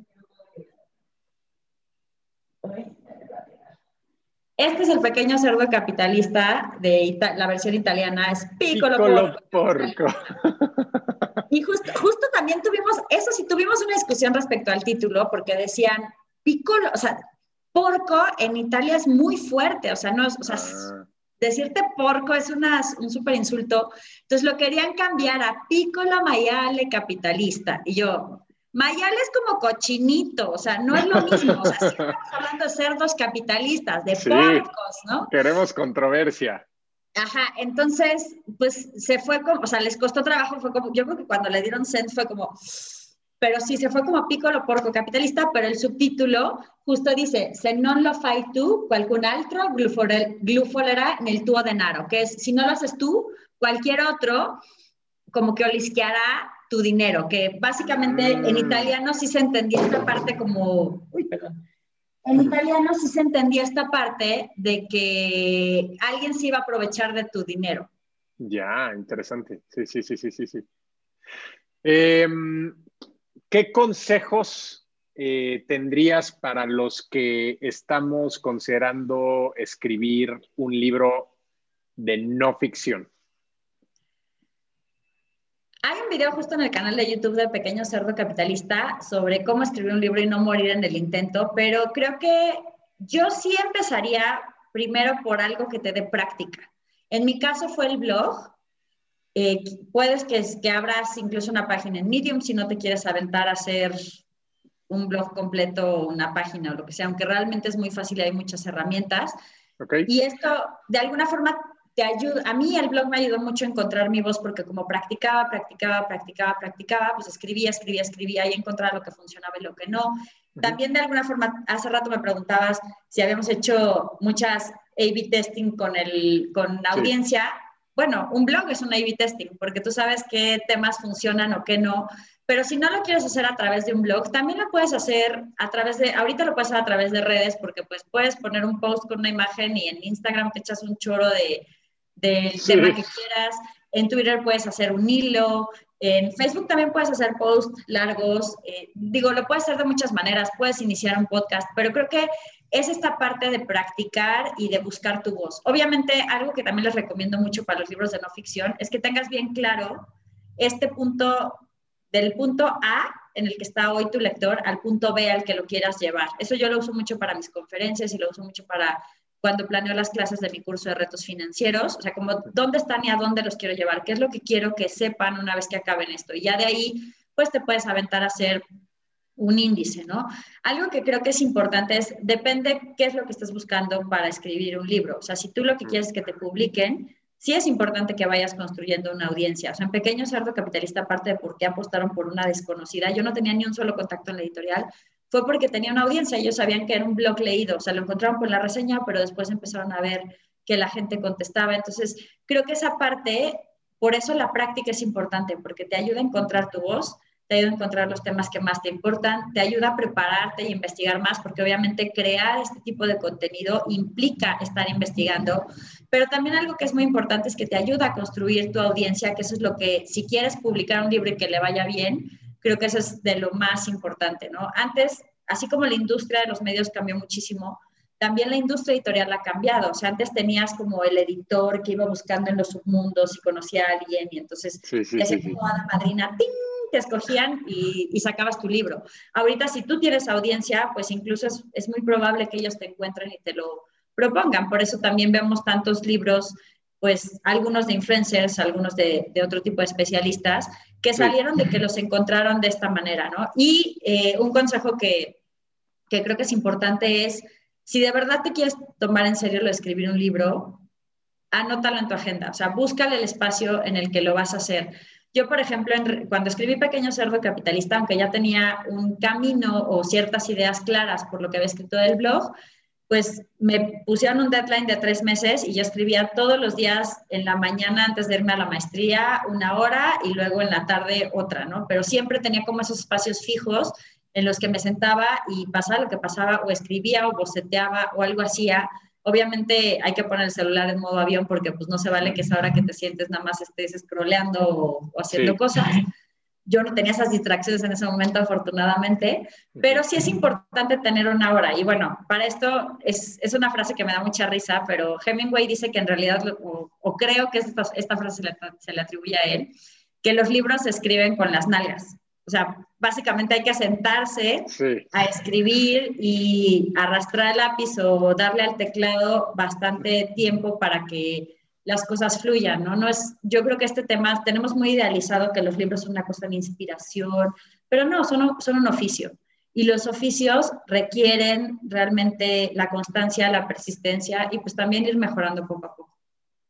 este es el pequeño cerdo capitalista de la versión italiana, es Piccolo Porco. Piccolo porco. Y justo también tuvimos, eso sí, tuvimos una discusión respecto al título, porque decían Piccolo, o sea, porco en Italia es muy fuerte, o sea, no es, o sea, Ah, decirte porco es un súper insulto. Entonces lo querían cambiar a Piccolo Maiale Capitalista. Y yo, Maiale es como cochinito, o sea, no es lo mismo. O sea, sí estamos hablando de cerdos capitalistas, de sí, porcos, ¿no? queremos controversia. Ajá, entonces, pues se fue como, o sea, les costó trabajo, fue como, yo creo que cuando le dieron send fue como, pero sí, se fue como piccolo porco capitalista, pero el subtítulo justo dice, se non lo fai tu, qualcun altro glufolera nel tuo denaro, que es, si no lo haces tú, cualquier otro como que olisqueará tu dinero, que básicamente en Mm. italiano sí se entendía esta parte como, uy, perdón, en italiano sí se entendía esta parte de que alguien se iba a aprovechar de tu dinero. Ya, interesante. Sí, sí, sí, sí, sí, sí. Em, ¿Qué consejos tendrías para los que estamos considerando escribir un libro de no ficción? Hay un video justo en el canal de YouTube de Pequeño Cerdo Capitalista sobre cómo escribir un libro y no morir en el intento, pero creo que yo sí empezaría primero por algo que te dé práctica. En mi caso fue el blog. Puedes que abras incluso una página en Medium si no te quieres aventar a hacer un blog completo o una página o lo que sea, aunque realmente es muy fácil y hay muchas herramientas. ¿Ok? Y esto, de alguna forma, te ayuda. A mí el blog me ayudó mucho a encontrar mi voz porque como practicaba, pues escribía y encontraba lo que funcionaba y lo que no. Ujú. También de alguna forma, hace rato me preguntabas si habíamos hecho muchas A/B testing con Sí. audiencia. Bueno, un blog es un A/B testing porque tú sabes qué temas funcionan o qué no. Pero si no lo quieres hacer a través de un blog, también lo puedes hacer a través de, ahorita lo puedes hacer a través de redes, porque pues puedes poner un post con una imagen y en Instagram te echas un choro del tema Sí. que quieras, en Twitter puedes hacer un hilo, en Facebook también puedes hacer posts largos, digo, lo puedes hacer de muchas maneras, puedes iniciar un podcast, pero creo que es esta parte de practicar y de buscar tu voz. Obviamente, algo que también les recomiendo mucho para los libros de no ficción es que tengas bien claro este punto del punto A en el que está hoy tu lector al punto B al que lo quieras llevar. Eso yo lo uso mucho para mis conferencias y lo uso mucho para cuando planeo las clases de mi curso de retos financieros, o sea, como dónde están y a dónde los quiero llevar, qué es lo que quiero que sepan una vez que acaben esto. Y ya de ahí, pues te puedes aventar a hacer un índice, ¿no? Algo que creo que es importante es, depende qué es lo que estás buscando para escribir un libro. O sea, si tú lo que quieres es que te publiquen, sí es importante que vayas construyendo una audiencia. O sea, en Pequeño Cerdo Capitalista, aparte de por qué apostaron por una desconocida, yo no tenía ni un solo contacto en la editorial, fue porque tenía una audiencia, ellos sabían que era un blog leído, o sea, lo encontraron por la reseña, pero después empezaron a ver que la gente contestaba. Entonces, creo que esa parte, por eso la práctica es importante, porque te ayuda a encontrar tu voz, te ayuda a encontrar los temas que más te importan, te ayuda a prepararte y investigar más, porque obviamente crear este tipo de contenido implica estar investigando, pero también algo que es muy importante es que te ayuda a construir tu audiencia, que eso es lo que, si quieres publicar un libro y que le vaya bien, creo que eso es de lo más importante, ¿no? Antes, así como la industria de los medios cambió muchísimo, también la industria editorial ha cambiado. O sea, antes tenías como el editor que iba buscando en los submundos y conocía a alguien y entonces Sí, sí, te sí, hacía sí. como a la madrina, ¡ting! Te escogían y sacabas tu libro. Ahorita, si tú tienes audiencia, pues incluso es muy probable que ellos te encuentren y te lo propongan. Por eso también vemos tantos libros, pues algunos de influencers, algunos de otro tipo de especialistas, que Sí. salieron de que los encontraron de esta manera, ¿no? Y un consejo que creo que es importante es, si de verdad te quieres tomar en serio lo de escribir un libro, anótalo en tu agenda, o sea, búscale el espacio en el que lo vas a hacer. Yo, por ejemplo, cuando escribí Pequeño Cerdo Capitalista, aunque ya tenía un camino o ciertas ideas claras por lo que había escrito del blog, pues me pusieron un deadline de 3 meses y yo escribía todos los días en la mañana antes de irme a la maestría 1 hora y luego en la tarde otra, ¿no? Pero siempre tenía como esos espacios fijos en los que me sentaba y pasaba lo que pasaba o escribía o boceteaba o algo hacía. Obviamente hay que poner el celular en modo avión porque pues no se vale que esa hora que te sientes nada más estés scrolleando o haciendo Sí. cosas. Yo no tenía esas distracciones en ese momento, afortunadamente, pero sí es importante tener 1 hora. Y bueno, para esto es una frase que me da mucha risa, pero Hemingway dice que en realidad, o creo que esta frase se le atribuye a él, que los libros se escriben con las nalgas. O sea, básicamente hay que sentarse Sí. a escribir y arrastrar el lápiz o darle al teclado bastante tiempo para que las cosas fluyan, ¿no? No es, yo creo que este tema tenemos muy idealizado que los libros son una cosa de inspiración, pero no, son un oficio. Y los oficios requieren realmente la constancia, la persistencia y pues también ir mejorando poco a poco.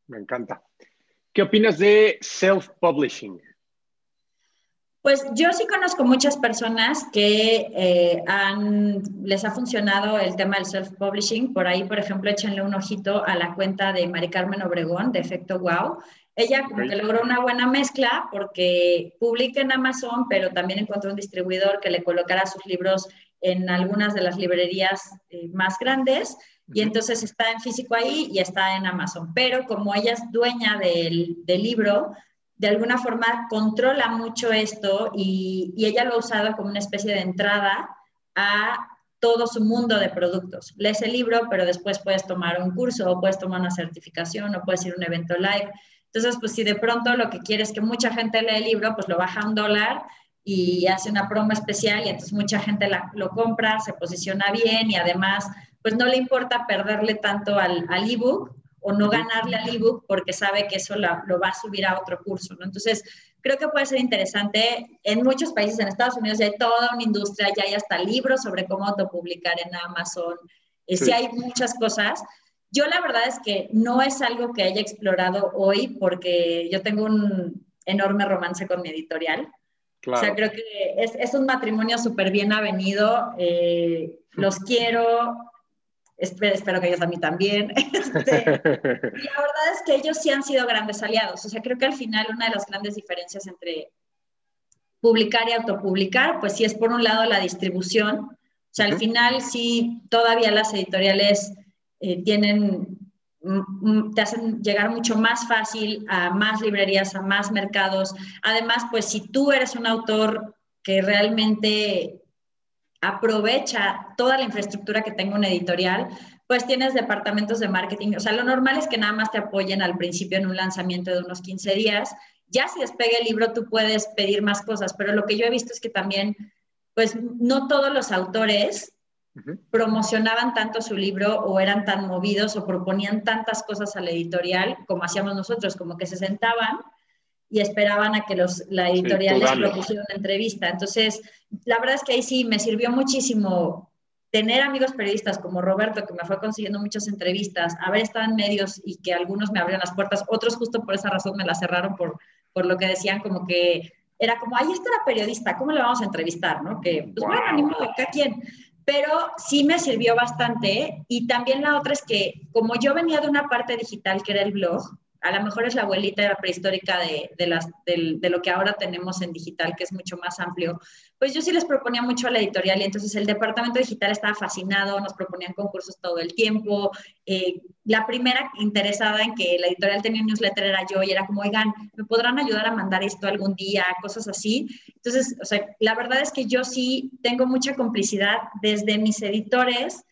Me encanta. ¿Qué opinas de self-publishing? Pues yo sí conozco muchas personas que les ha funcionado el tema del self-publishing. Por ahí, por ejemplo, échenle un ojito a la cuenta de Mari Carmen Obregón, de Efecto Wow. Ella como que logró una buena mezcla porque publica en Amazon, pero también encontró un distribuidor que le colocara sus libros en algunas de las librerías más grandes. Y entonces está en físico ahí y está en Amazon. Pero como ella es dueña del libro, de alguna forma controla mucho esto y ella lo ha usado como una especie de entrada a todo su mundo de productos. Lees el libro, pero después puedes tomar un curso o puedes tomar una certificación o puedes ir a un evento live. Entonces, pues si de pronto lo que quieres es que mucha gente lea el libro, pues lo baja a $1 y hace una promo especial y entonces mucha gente lo compra, se posiciona bien y además, pues no le importa perderle tanto al ebook o no ganarle al ebook porque sabe que eso lo va a subir a otro curso, ¿no? Entonces, creo que puede ser interesante. En muchos países, en Estados Unidos, ya hay toda una industria, ya hay hasta libros sobre cómo autopublicar en Amazon. Sí hay muchas cosas. Yo la verdad es que no es algo que haya explorado hoy porque yo tengo un enorme romance con mi editorial. Claro. O sea, creo que es un matrimonio súper bien avenido. Los quiero. Espero que ellos a mí también. Y la verdad es que ellos sí han sido grandes aliados. O sea, creo que al final una de las grandes diferencias entre publicar y autopublicar, pues sí es por un lado la distribución. O sea, al final sí todavía las editoriales te hacen llegar mucho más fácil a más librerías, a más mercados. Además, pues si tú eres un autor que realmente aprovecha toda la infraestructura que tenga una editorial, pues tienes departamentos de marketing. O sea, lo normal es que nada más te apoyen al principio en un lanzamiento de unos 15 días. Ya si despegue el libro, tú puedes pedir más cosas, pero lo que yo he visto es que también, pues no todos los autores promocionaban tanto su libro o eran tan movidos o proponían tantas cosas a la editorial como hacíamos nosotros, como que se sentaban y esperaban a que la editorial les propusiera una entrevista. Entonces, la verdad es que ahí sí me sirvió muchísimo tener amigos periodistas como Roberto, que me fue consiguiendo muchas entrevistas, haber estado en medios y que algunos me abrieron las puertas, otros justo por esa razón me las cerraron por lo que decían, como que era como, ahí está la periodista, ¿cómo le vamos a entrevistar? ¿No? Que, pues bueno, ni modo, cada quien. Pero sí me sirvió bastante. Y también la otra es que, como yo venía de una parte digital que era el blog, a lo mejor es la abuelita era prehistórica de lo que ahora tenemos en digital, que es mucho más amplio, pues yo sí les proponía mucho a la editorial y entonces el departamento digital estaba fascinado, nos proponían concursos todo el tiempo. La primera interesada en que la editorial tenía un newsletter era yo y era como, oigan, ¿me podrán ayudar a mandar esto algún día? Cosas así. Entonces, o sea, la verdad es que yo sí tengo mucha complicidad desde mis editores,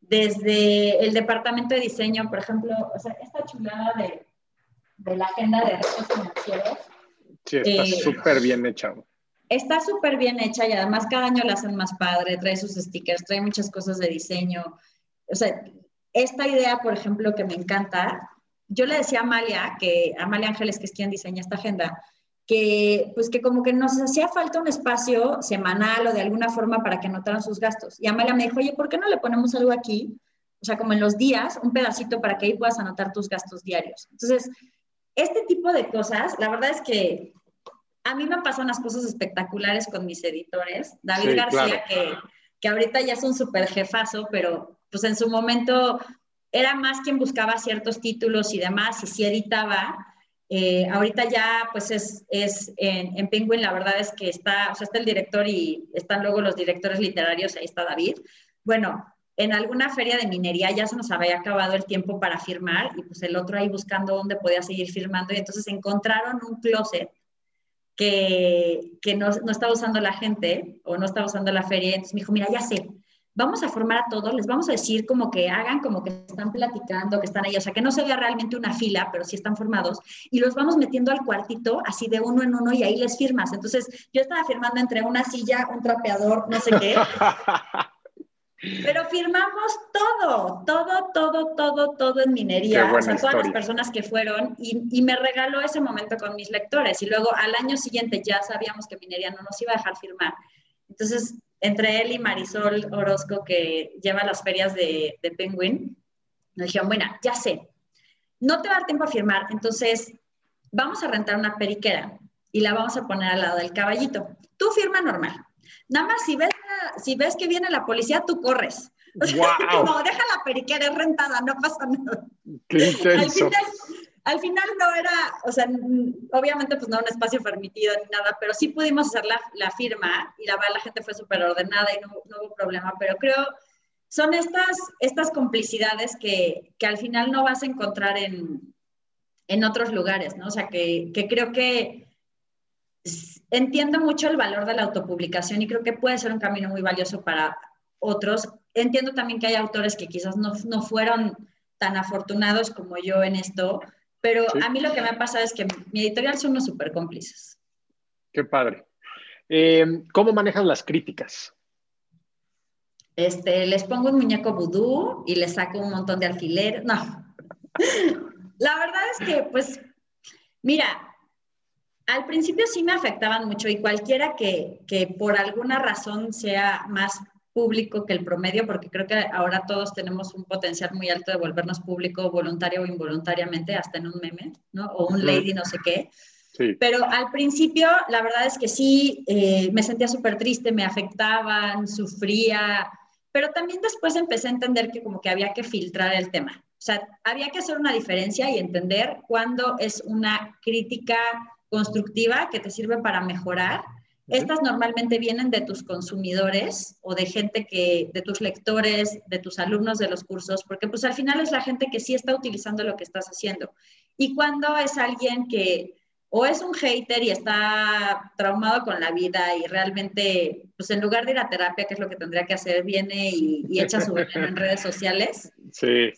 desde el departamento de diseño, por ejemplo, o sea, esta chulada de la agenda de retos financieros. Sí, está súper bien hecha. Está súper bien hecha y además cada año la hacen más padre, trae sus stickers, trae muchas cosas de diseño. O sea, esta idea, por ejemplo, que me encanta, yo le decía a Amalia Ángeles, que es quien diseña esta agenda, que pues que como que nos hacía falta un espacio semanal o de alguna forma para que anotaran sus gastos. Y Amalia me dijo, oye, ¿por qué no le ponemos algo aquí? O sea, como en los días, un pedacito para que ahí puedas anotar tus gastos diarios. Entonces, este tipo de cosas, la verdad es que a mí me pasan unas cosas espectaculares con mis editores. David García, claro. que ahorita ya es un súper jefazo, pero pues en su momento era más quien buscaba ciertos títulos y demás, y sí editaba. Ahorita ya pues es en Penguin, la verdad es que está el director y están luego los directores literarios, ahí está David. Bueno, en alguna feria de minería ya se nos había acabado el tiempo para firmar y pues el otro ahí buscando dónde podía seguir firmando y entonces encontraron un closet que no estaba usando la gente o no estaba usando la feria. Entonces me dijo, mira, ya sé, vamos a formar a todos, les vamos a decir como que hagan como que están platicando, que están ahí, o sea, que no se vea realmente una fila, pero sí están formados, y los vamos metiendo al cuartito, así de uno en uno, y ahí les firmas. Entonces yo estaba firmando entre una silla, un trapeador, no sé qué. Pero firmamos todo en minería, o sea, todas las personas que fueron, y me regaló ese momento con mis lectores, y luego al año siguiente ya sabíamos que minería no nos iba a dejar firmar. Entonces, entre él y Marisol Orozco, que lleva las ferias de Penguin, nos dijeron, bueno, ya sé, no te va a dar tiempo a firmar, entonces vamos a rentar una periquera y la vamos a poner al lado del caballito. Tú firma normal. Nada más si ves que viene la policía, tú corres. O sea, ¡Wow! como deja la periquera, es rentada, no pasa nada. ¡Qué intenso! Al final no era, o sea, obviamente pues no un espacio permitido ni nada, pero sí pudimos hacer la firma y la gente fue súper ordenada y no hubo problema, pero creo son estas complicidades que al final no vas a encontrar en otros lugares, ¿no? O sea, que creo que entiendo mucho el valor de la autopublicación y creo que puede ser un camino muy valioso para otros. Entiendo también que hay autores que quizás no fueron tan afortunados como yo en esto, pero Sí, a mí lo que me ha pasado es que mi editorial son unos súper cómplices. qué padre. ¿Cómo manejas las críticas? Les pongo un muñeco vudú y les saco un montón de alfiler. No, la verdad es que, pues, mira, al principio sí me afectaban mucho y cualquiera que por alguna razón sea más público que el promedio, porque creo que ahora todos tenemos un potencial muy alto de volvernos público voluntario o involuntariamente, hasta en un meme, ¿no? O un Ujú. lady no sé qué. Sí, Pero al principio, la verdad es que sí, me sentía súper triste, me afectaban, sufría, pero también después empecé a entender que como que había que filtrar el tema. O sea, había que hacer una diferencia y entender cuándo es una crítica constructiva que te sirve para mejorar. ujú, Estas normalmente vienen de tus consumidores o de gente de tus lectores, de tus alumnos de los cursos, porque pues al final es la gente que sí está utilizando lo que estás haciendo. Y cuando es alguien que o es un hater y está traumado con la vida y realmente, pues en lugar de ir a terapia, que es lo que tendría que hacer, viene y echa su veneno en redes sociales, sí,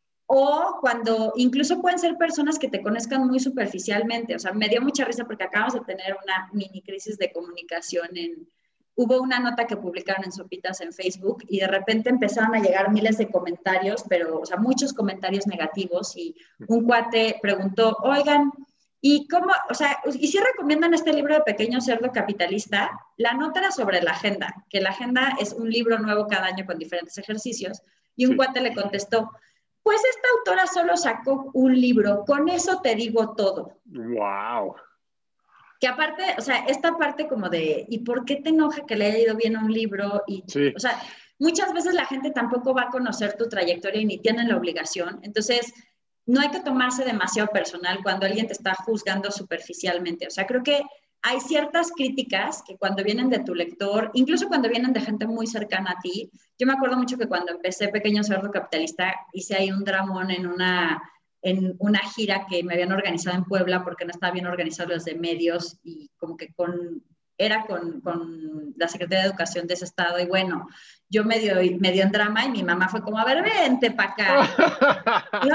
o cuando incluso pueden ser personas que te conozcan muy superficialmente. O sea, me dio mucha risa porque acabamos de tener una mini crisis de comunicación Hubo una nota que publicaron en Sopitas en Facebook y de repente empezaron a llegar miles de comentarios, pero, o sea, muchos comentarios negativos y un cuate preguntó, oigan, ¿y cómo, o sea, y si recomiendan este libro de Pequeño Cerdo Capitalista? La nota era sobre la agenda, que la agenda es un libro nuevo cada año con diferentes ejercicios, y un sí. cuate le contestó, pues esta autora solo sacó un libro, con eso te digo todo. Wow. Que aparte, o sea, esta parte como de, ¿y por qué te enoja que le haya ido bien a un libro? Y, o Sí, sea, muchas veces la gente tampoco va a conocer tu trayectoria y ni tienen la obligación. Entonces, no hay que tomarse demasiado personal cuando alguien te está juzgando superficialmente. O sea, creo que hay ciertas críticas que cuando vienen de tu lector, incluso cuando vienen de gente muy cercana a ti, yo me acuerdo mucho que cuando empecé Pequeño Cerdo Capitalista hice ahí un dramón en una gira que me habían organizado en Puebla porque no estaba bien organizado los de medios y como que era con la Secretaría de Educación de ese estado y bueno, yo medio en drama y mi mamá fue como, a ver, vente para acá. ¿No?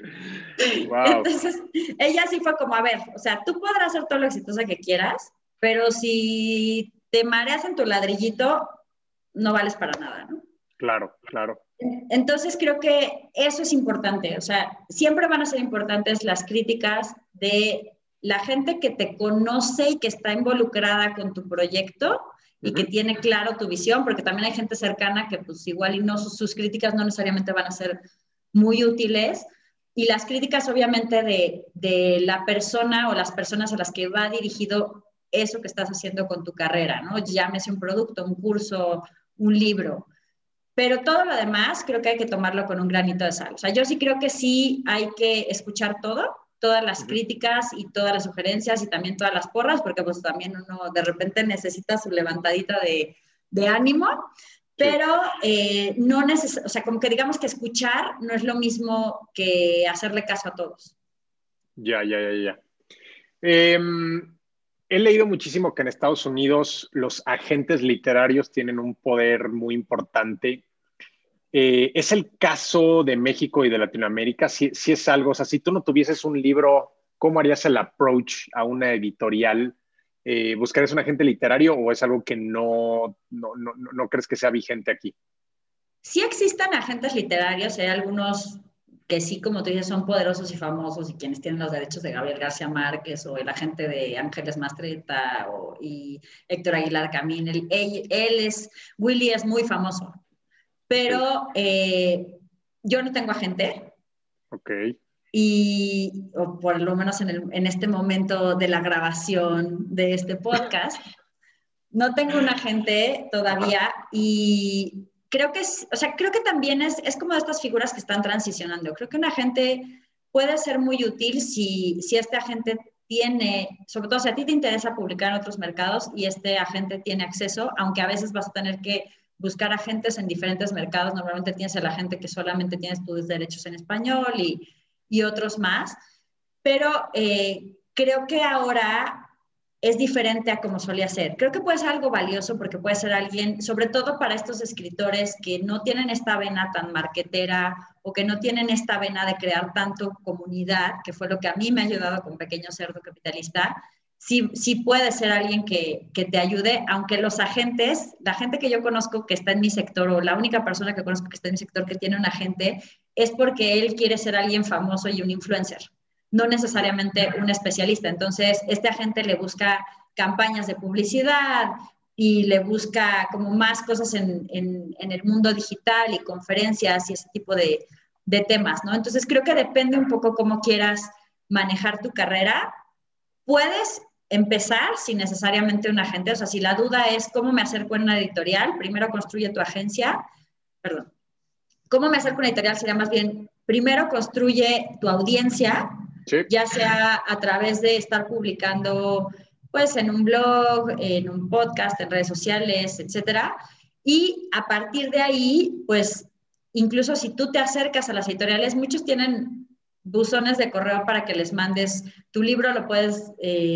wow, Entonces, ella sí fue como, a ver, o sea, tú podrás ser todo lo exitosa que quieras, pero si te mareas en tu ladrillito, no vales para nada, ¿no? claro, claro. Entonces creo que eso es importante, o sea, siempre van a ser importantes las críticas de la gente que te conoce y que está involucrada con tu proyecto y que Ujú, tiene claro tu visión, porque también hay gente cercana que pues igual y no sus críticas no necesariamente van a ser muy útiles y las críticas obviamente de la persona o las personas a las que va dirigido eso que estás haciendo con tu carrera, ¿no? Llámese un producto, un curso, un libro. Pero todo lo demás creo que hay que tomarlo con un granito de sal. O sea, yo sí creo que sí hay que escuchar todo, todas las ujú, críticas y todas las sugerencias y también todas las porras, porque pues también uno de repente necesita su levantadita de ánimo, sí, pero no o sea, como que digamos que escuchar no es lo mismo que hacerle caso a todos. ya, ya, ya, ya. Em, He leído muchísimo que en Estados Unidos los agentes literarios tienen un poder muy importante. ¿Es el caso de México y de Latinoamérica? Si es algo, o sea, si tú no tuvieses un libro, ¿cómo harías el approach a una editorial? ¿Buscarías un agente literario o es algo que no crees que sea vigente aquí? Sí existen agentes literarios, hay algunos que sí, como tú dices, son poderosos y famosos y quienes tienen los derechos de Gabriel García Márquez o el agente de Ángeles Mastreta y Héctor Aguilar Camín. Willy es muy famoso, Ok, pero yo no tengo agente. ok, o por lo menos en este momento de la grabación de este podcast, no tengo un agente todavía y creo que creo que también es como de estas figuras que están transicionando. Creo que un agente puede ser muy útil si este agente tiene, sobre todo si a ti te interesa publicar en otros mercados y este agente tiene acceso, aunque a veces vas a tener que buscar agentes en diferentes mercados. Normalmente tienes el agente que solamente tienes tus derechos en español y otros más. Pero creo que ahora es diferente a como solía ser. Creo que puede ser algo valioso porque puede ser alguien, sobre todo para estos escritores que no tienen esta vena tan marketera o que no tienen esta vena de crear tanto comunidad, que fue lo que a mí me ha ayudado con Pequeño Cerdo Capitalista. Sí puede ser alguien que te ayude, aunque los agentes, la gente que yo conozco que está en mi sector, o la única persona que conozco que está en mi sector que tiene un agente, es porque él quiere ser alguien famoso y un influencer, no necesariamente un especialista. Entonces, este agente le busca campañas de publicidad y le busca como más cosas en el mundo digital y conferencias y ese tipo de temas, ¿no? Entonces, creo que depende un poco cómo quieras manejar tu carrera. Puedes empezar sin necesariamente un agente, o sea, si la duda es cómo me acerco en una editorial, primero construye tu agencia, perdón, cómo me acerco a una editorial sería más bien, primero construye tu audiencia, Sí. ya sea a través de estar publicando pues en un blog, en un podcast, en redes sociales, etcétera, y a partir de ahí, pues incluso si tú te acercas a las editoriales, muchos tienen buzones de correo para que les mandes tu libro, lo puedes,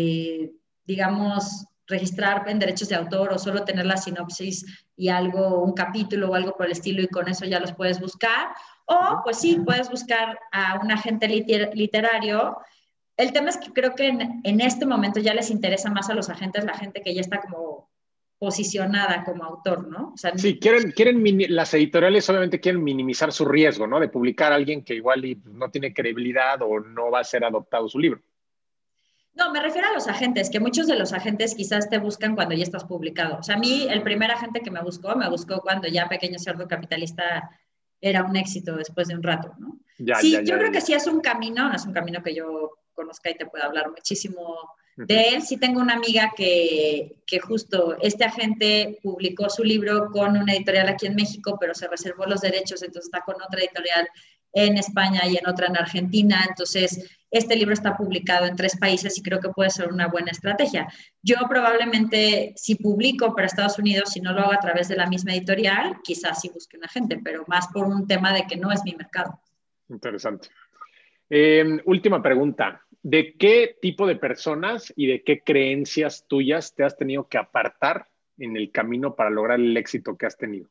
digamos, registrar en derechos de autor o solo tener la sinopsis y algo, un capítulo o algo por el estilo y con eso ya los puedes buscar. O, pues sí, puedes buscar a un agente literario. El tema es que creo que en este momento ya les interesa más a los agentes la gente que ya está como posicionada como autor, ¿no? O sea, Sí, las editoriales obviamente quieren minimizar su riesgo, ¿no? De publicar a alguien que igual no tiene credibilidad o no va a ser adoptado su libro. no, me refiero a los agentes, que muchos de los agentes quizás te buscan cuando ya estás publicado. O sea, a mí el primer agente que me buscó cuando ya Pequeño Cerdo Capitalista era un éxito después de un rato, ¿no? Sí, yo creo que sí es un camino, no es un camino que yo conozca y te pueda hablar muchísimo de él. Sí tengo una amiga que justo este agente publicó su libro con una editorial aquí en México, pero se reservó los derechos, entonces está con otra editorial en España y en otra en Argentina. Entonces, este libro está publicado en 3 países y creo que puede ser una buena estrategia. Yo probablemente, si publico para Estados Unidos, si no lo hago a través de la misma editorial, quizás sí busque un agente, pero más por un tema de que no es mi mercado. Interesante. Última pregunta. ¿De qué tipo de personas y de qué creencias tuyas te has tenido que apartar en el camino para lograr el éxito que has tenido?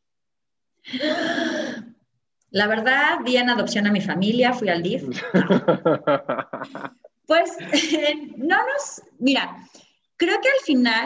La verdad, di en adopción a mi familia, fui al DIF. Pues, mira, creo que al final,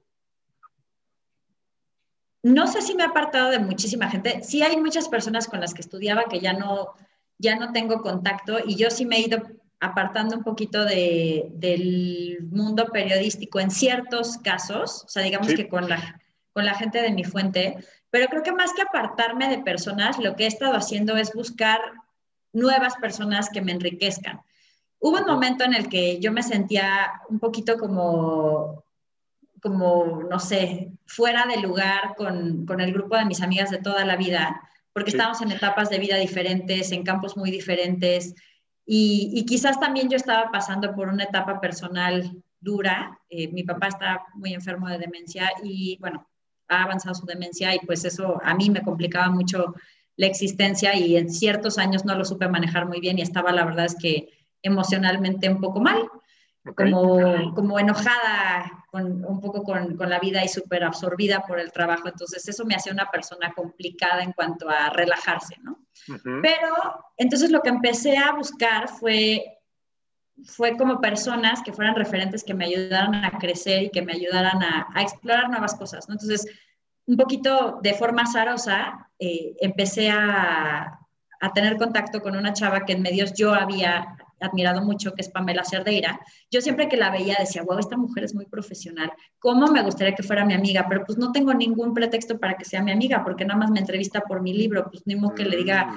no sé si me he apartado de muchísima gente. Sí hay muchas personas con las que estudiaba que ya no tengo contacto y yo sí me he ido apartando un poquito del mundo periodístico en ciertos casos, o sea, digamos que con la gente de mi fuente, pero creo que más que apartarme de personas, lo que he estado haciendo es buscar nuevas personas que me enriquezcan. Hubo un momento en el que yo me sentía un poquito como, no sé, fuera de lugar con el grupo de mis amigas de toda la vida, porque estábamos en etapas de vida diferentes, en campos muy diferentes, y quizás también yo estaba pasando por una etapa personal dura. Mi papá está muy enfermo de demencia y, bueno, ha avanzado su demencia y pues eso a mí me complicaba mucho la existencia y en ciertos años no lo supe manejar muy bien y estaba, la verdad es que emocionalmente un poco mal. Como enojada un poco con la vida y súper absorbida por el trabajo. Entonces eso me hacía una persona complicada en cuanto a relajarse, ¿no? Pero entonces lo que empecé a buscar fue como personas que fueran referentes, que me ayudaran a crecer y que me ayudaran a explorar nuevas cosas, ¿no? Entonces, un poquito de forma azarosa, empecé a tener contacto con una chava que en medios yo había admirado mucho, que es Pamela Cerdeira. Yo siempre que la veía decía, wow, esta mujer es muy profesional, ¿cómo me gustaría que fuera mi amiga? Pero pues no tengo ningún pretexto para que sea mi amiga, porque nada más me entrevista por mi libro, pues ni modo que le diga,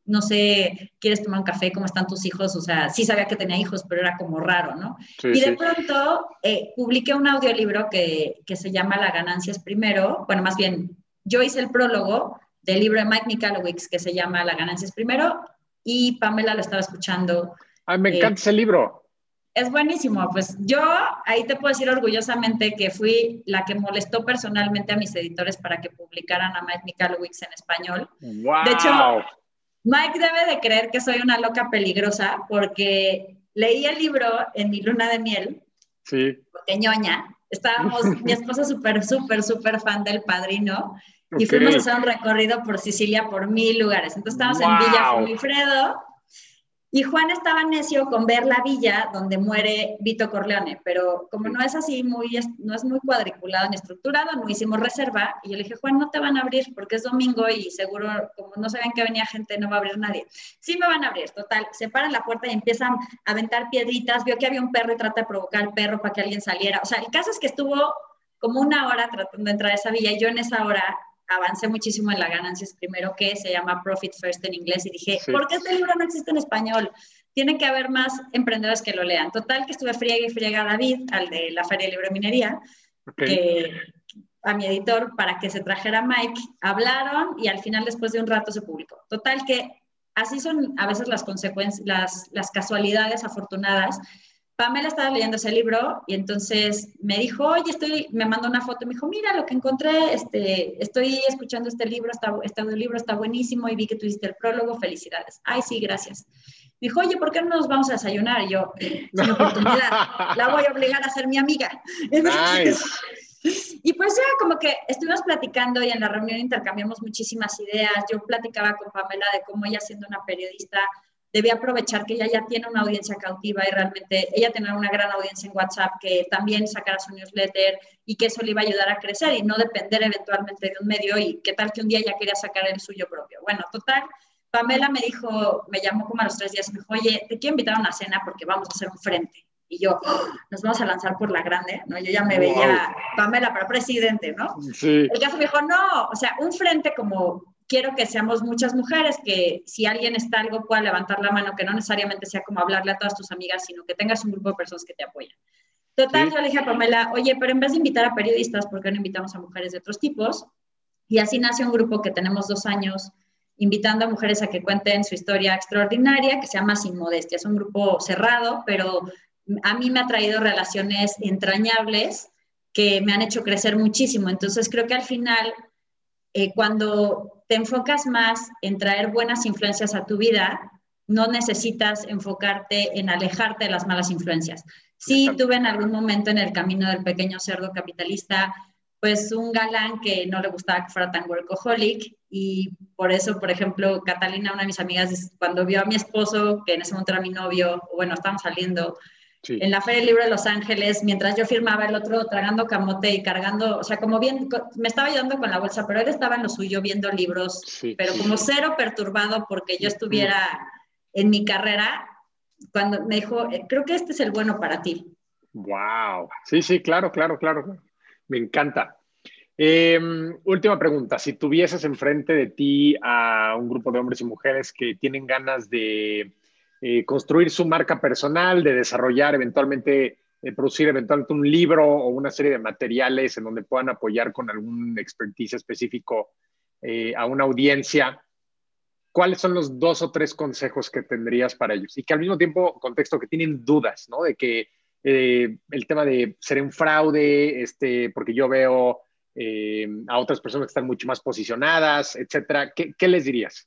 no sé, ¿quieres tomar un café? ¿Cómo están tus hijos? O sea, sí sabía que tenía hijos, pero era como raro, ¿no? Sí, Y de sí. pronto publiqué un audiolibro que se llama La ganancia es primero. Bueno, más bien, yo hice el prólogo del libro de Mike Michalowicz que se llama La ganancia es primero y Pamela lo estaba escuchando. Ay, me eh, encanta ese libro. es buenísimo. Pues yo ahí te puedo decir orgullosamente que fui la que molestó personalmente a mis editores para que publicaran a Mike Michalowicz en español. De hecho, ¡Wow! Mike debe de creer que soy una loca peligrosa porque leí el libro en mi luna de miel, Sí. porque ñoña. Estábamos, mi esposo súper fan del Padrino y Ok. fuimos a hacer un recorrido por Sicilia por 1000 lugares. Entonces estábamos en Villa ¡Wow! Fumifredo y Juan estaba necio con ver la villa donde muere Vito Corleone, pero como Sí. no es así, no es muy cuadriculado ni estructurado, no hicimos reserva y yo le dije, Juan, no te van a abrir porque es domingo y seguro, como no sabían que venía gente, no va a abrir nadie. Sí me van a abrir, total, se paran la puerta y empiezan a aventar piedritas, vio que había un perro y trata de provocar al perro para que alguien saliera. O sea, el caso es que estuvo como 1 hora tratando de entrar a esa villa y yo en esa hora avancé muchísimo en La ganancia es primero, que se llama Profit First en inglés, y dije, Sí. ¿por qué este libro no existe en español? Tiene que haber más emprendedores que lo lean. Total, que estuve friega y friega a David, al de la Feria de Libro Minería, Ok. que a mi editor, para que se trajera Mike, hablaron y al final, después de un rato, se publicó. Total, que así son a veces las consecuencias, las casualidades afortunadas. Pamela estaba leyendo ese libro y entonces me dijo, oye, me mandó una foto y me dijo, mira lo que encontré, estoy escuchando este libro, este audiolibro está buenísimo y vi que tú hiciste el prólogo, felicidades. Ay, sí, gracias. Me dijo, oye, ¿por qué no nos vamos a desayunar? Y yo, es mi oportunidad, la voy a obligar a ser mi amiga. Entonces, Nice. y pues ya como que estuvimos platicando y en la reunión intercambiamos muchísimas ideas. Yo platicaba con Pamela de cómo ella, siendo una periodista, debía aprovechar que ella ya tiene una audiencia cautiva y realmente ella tenía una gran audiencia en WhatsApp, que también sacara su newsletter y que eso le iba a ayudar a crecer y no depender eventualmente de un medio, y qué tal que un día ya quería sacar el suyo propio. Bueno, total, Pamela me dijo, me llamó como a los 3 días y me dijo, oye, te quiero invitar a una cena porque vamos a hacer un frente. Y yo, oh, nos vamos a lanzar por la grande, ¿no? Yo ya me Wow. veía Pamela para presidente, ¿no? Sí. El caso me dijo, no, o sea, un frente como quiero que seamos muchas mujeres, que si alguien está algo pueda levantar la mano, que no necesariamente sea como hablarle a todas tus amigas, sino que tengas un grupo de personas que te apoyan. Total, Sí. yo le dije a Pamela, oye, pero en vez de invitar a periodistas, ¿por qué no invitamos a mujeres de otros tipos? Y así nace un grupo que tenemos 2 años invitando a mujeres a que cuenten su historia extraordinaria, que se llama Sin Modestia. Es un grupo cerrado, pero a mí me ha traído relaciones entrañables que me han hecho crecer muchísimo. Entonces creo que al final, cuando te enfocas más en traer buenas influencias a tu vida, no necesitas enfocarte en alejarte de las malas influencias. Me Sí, encanta. tuve en algún momento en el camino del pequeño cerdo capitalista, pues un galán que no le gustaba que fuera tan workaholic, y por eso, por ejemplo, Catalina, una de mis amigas, cuando vio a mi esposo, que en ese momento era mi novio, bueno, estábamos saliendo, Sí. en la Feria del Libro de Los Ángeles, mientras yo firmaba, el otro tragando camote y cargando, o sea, como bien, me estaba ayudando con la bolsa, pero él estaba en lo suyo viendo libros, Sí. pero como cero perturbado porque yo estuviera en mi carrera, cuando me dijo, creo que este es el bueno para ti. Wow. Sí, sí, claro, claro, claro. Me encanta. Última pregunta. Si tuvieses enfrente de ti a un grupo de hombres y mujeres que tienen ganas de construir su marca personal, de desarrollar eventualmente, producir eventualmente un libro o una serie de materiales en donde puedan apoyar con algún expertise específico a una audiencia, ¿cuáles son los 2 o 3 consejos que tendrías para ellos? Y que al mismo tiempo, contexto, que tienen dudas, ¿no? De que el tema de ser un fraude, porque yo veo a otras personas que están mucho más posicionadas, etcétera. ¿Qué les dirías?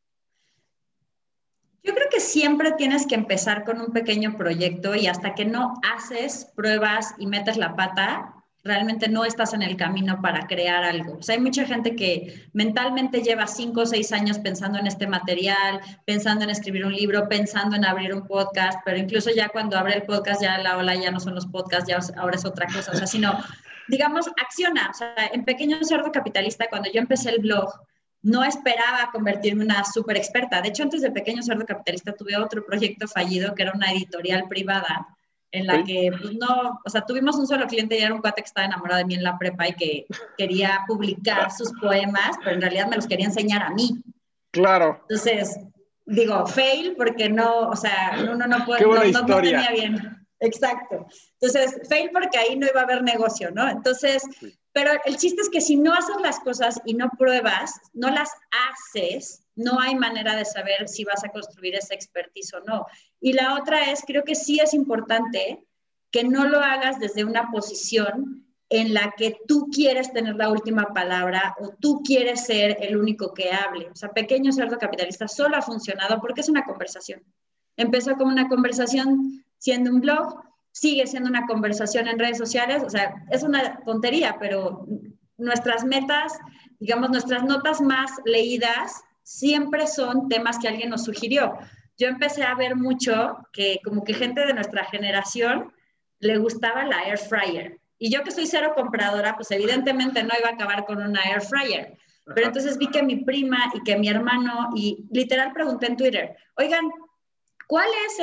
Yo creo que siempre tienes que empezar con un pequeño proyecto y hasta que no haces pruebas y metes la pata, realmente no estás en el camino para crear algo. O sea, hay mucha gente que mentalmente lleva 5 o 6 años pensando en este material, pensando en escribir un libro, pensando en abrir un podcast, pero incluso ya cuando abre el podcast, ya la ola ya no son los podcasts, ya ahora es otra cosa. O sea, sino, digamos, acciona. O sea, en Pequeño Cerdo Capitalista, cuando yo empecé el blog, no esperaba convertirme en una súper experta. De hecho, antes de Pequeño Cerdo Capitalista tuve otro proyecto fallido que era una editorial privada en la ¿Sí? que, pues no, o sea, tuvimos un solo cliente y era un cuate que estaba enamorado de mí en la prepa y que quería publicar sus poemas, pero en realidad me los quería enseñar a mí. Claro. Entonces, Digo, fail, porque no, o sea, uno no puede, Qué buena no historia. tenía bien. Exacto. Entonces, fail porque ahí no iba a haber negocio, ¿no? Entonces, Sí. pero el chiste es que si no haces las cosas y no pruebas, no las haces, no hay manera de saber si vas a construir esa expertise o no. Y la otra es, creo que sí es importante que no lo hagas desde una posición en la que tú quieres tener la última palabra o tú quieres ser el único que hable. O sea, Pequeño Cerdo Capitalista solo ha funcionado porque es una conversación. Empezó como una conversación siendo un blog, sigue siendo una conversación en redes sociales, o sea, es una tontería, pero nuestras metas, digamos, nuestras notas más leídas siempre son temas que alguien nos sugirió. Yo empecé a ver mucho que como que gente de nuestra generación le gustaba la air fryer. Y yo que soy cero compradora, pues evidentemente no iba a acabar con una air fryer. Pero Ajá. entonces vi que mi prima y que mi hermano, y literal pregunté en Twitter, oigan, ¿cuál es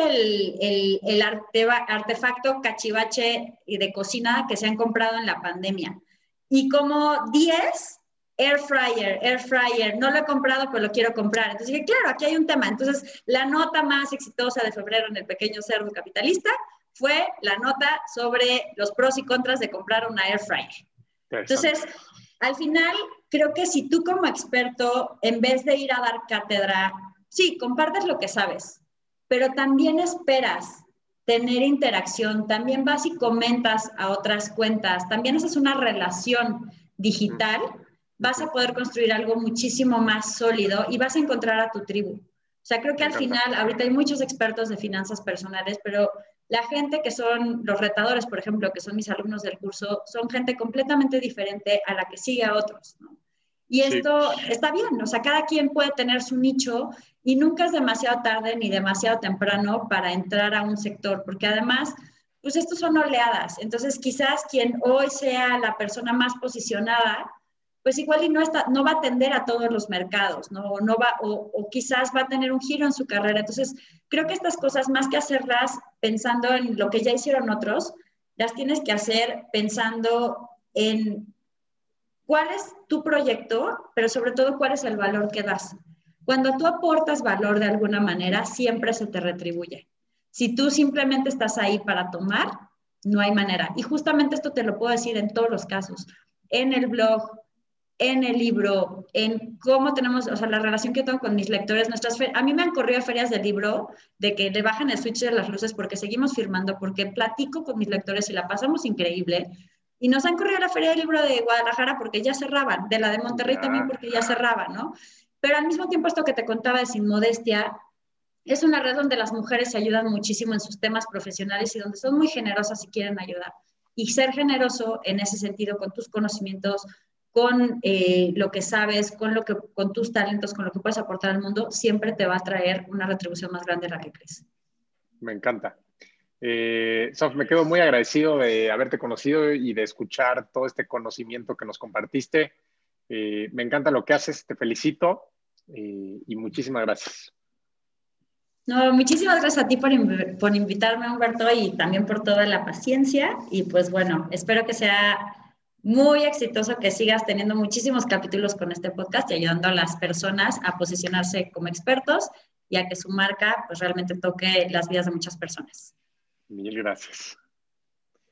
el artefacto cachivache y de cocina que se han comprado en la pandemia? Y como 10, air fryer, no lo he comprado, pero lo quiero comprar. Entonces dije, claro, aquí hay un tema. Entonces, la nota más exitosa de febrero en el Pequeño Cerdo Capitalista fue la nota sobre los pros y contras de comprar una air fryer. Interesante. Entonces, al final, creo que si tú como experto, en vez de ir a dar cátedra, sí, compartes lo que sabes, pero también esperas tener interacción, también vas y comentas a otras cuentas, también haces una relación digital, vas a poder construir algo muchísimo más sólido y vas a encontrar a tu tribu. O sea, creo que Me al encanta. final, ahorita hay muchos expertos de finanzas personales, pero la gente que son los retadores, por ejemplo, que son mis alumnos del curso, son gente completamente diferente a la que sigue a otros, ¿no? Y Sí. esto está bien, o sea, cada quien puede tener su nicho y nunca es demasiado tarde ni demasiado temprano para entrar a un sector, porque además, pues estos son oleadas. Entonces, quizás quien hoy sea la persona más posicionada, pues igual y no va a atender a todos los mercados, ¿no? O quizás va a tener un giro en su carrera. Entonces, creo que estas cosas, más que hacerlas pensando en lo que ya hicieron otros, las tienes que hacer pensando en cuál es tu proyecto, pero sobre todo cuál es el valor que das. Cuando tú aportas valor de alguna manera, siempre se te retribuye. Si tú simplemente estás ahí para tomar, no hay manera. Y justamente esto te lo puedo decir en todos los casos. En el blog, en el libro, en cómo tenemos, o sea, la relación que tengo con mis lectores. A mí me han corrido a ferias del libro de que le bajan el switch de las luces porque seguimos firmando, porque platico con mis lectores y la pasamos increíble. Y nos han corrido a la feria del libro de Guadalajara porque ya cerraban, de la de Monterrey también Ya. porque ya cerraban, ¿no? Pero al mismo tiempo esto que te contaba de Sin Modestia, es una red donde las mujeres se ayudan muchísimo en sus temas profesionales y donde son muy generosas y quieren ayudar. Y ser generoso en ese sentido con tus conocimientos, con lo que sabes, con tus talentos, con lo que puedes aportar al mundo, siempre te va a traer una retribución más grande de la que crees. Me encanta. Sof, me quedo muy agradecido de haberte conocido y de escuchar todo este conocimiento que nos compartiste. Me encanta lo que haces, te felicito y muchísimas gracias. No, muchísimas gracias a ti por invitarme, Humberto, y también por toda la paciencia. Y pues bueno, espero que sea muy exitoso, que sigas teniendo muchísimos capítulos con este podcast y ayudando a las personas a posicionarse como expertos y a que su marca pues realmente toque las vidas de muchas personas. Mil gracias.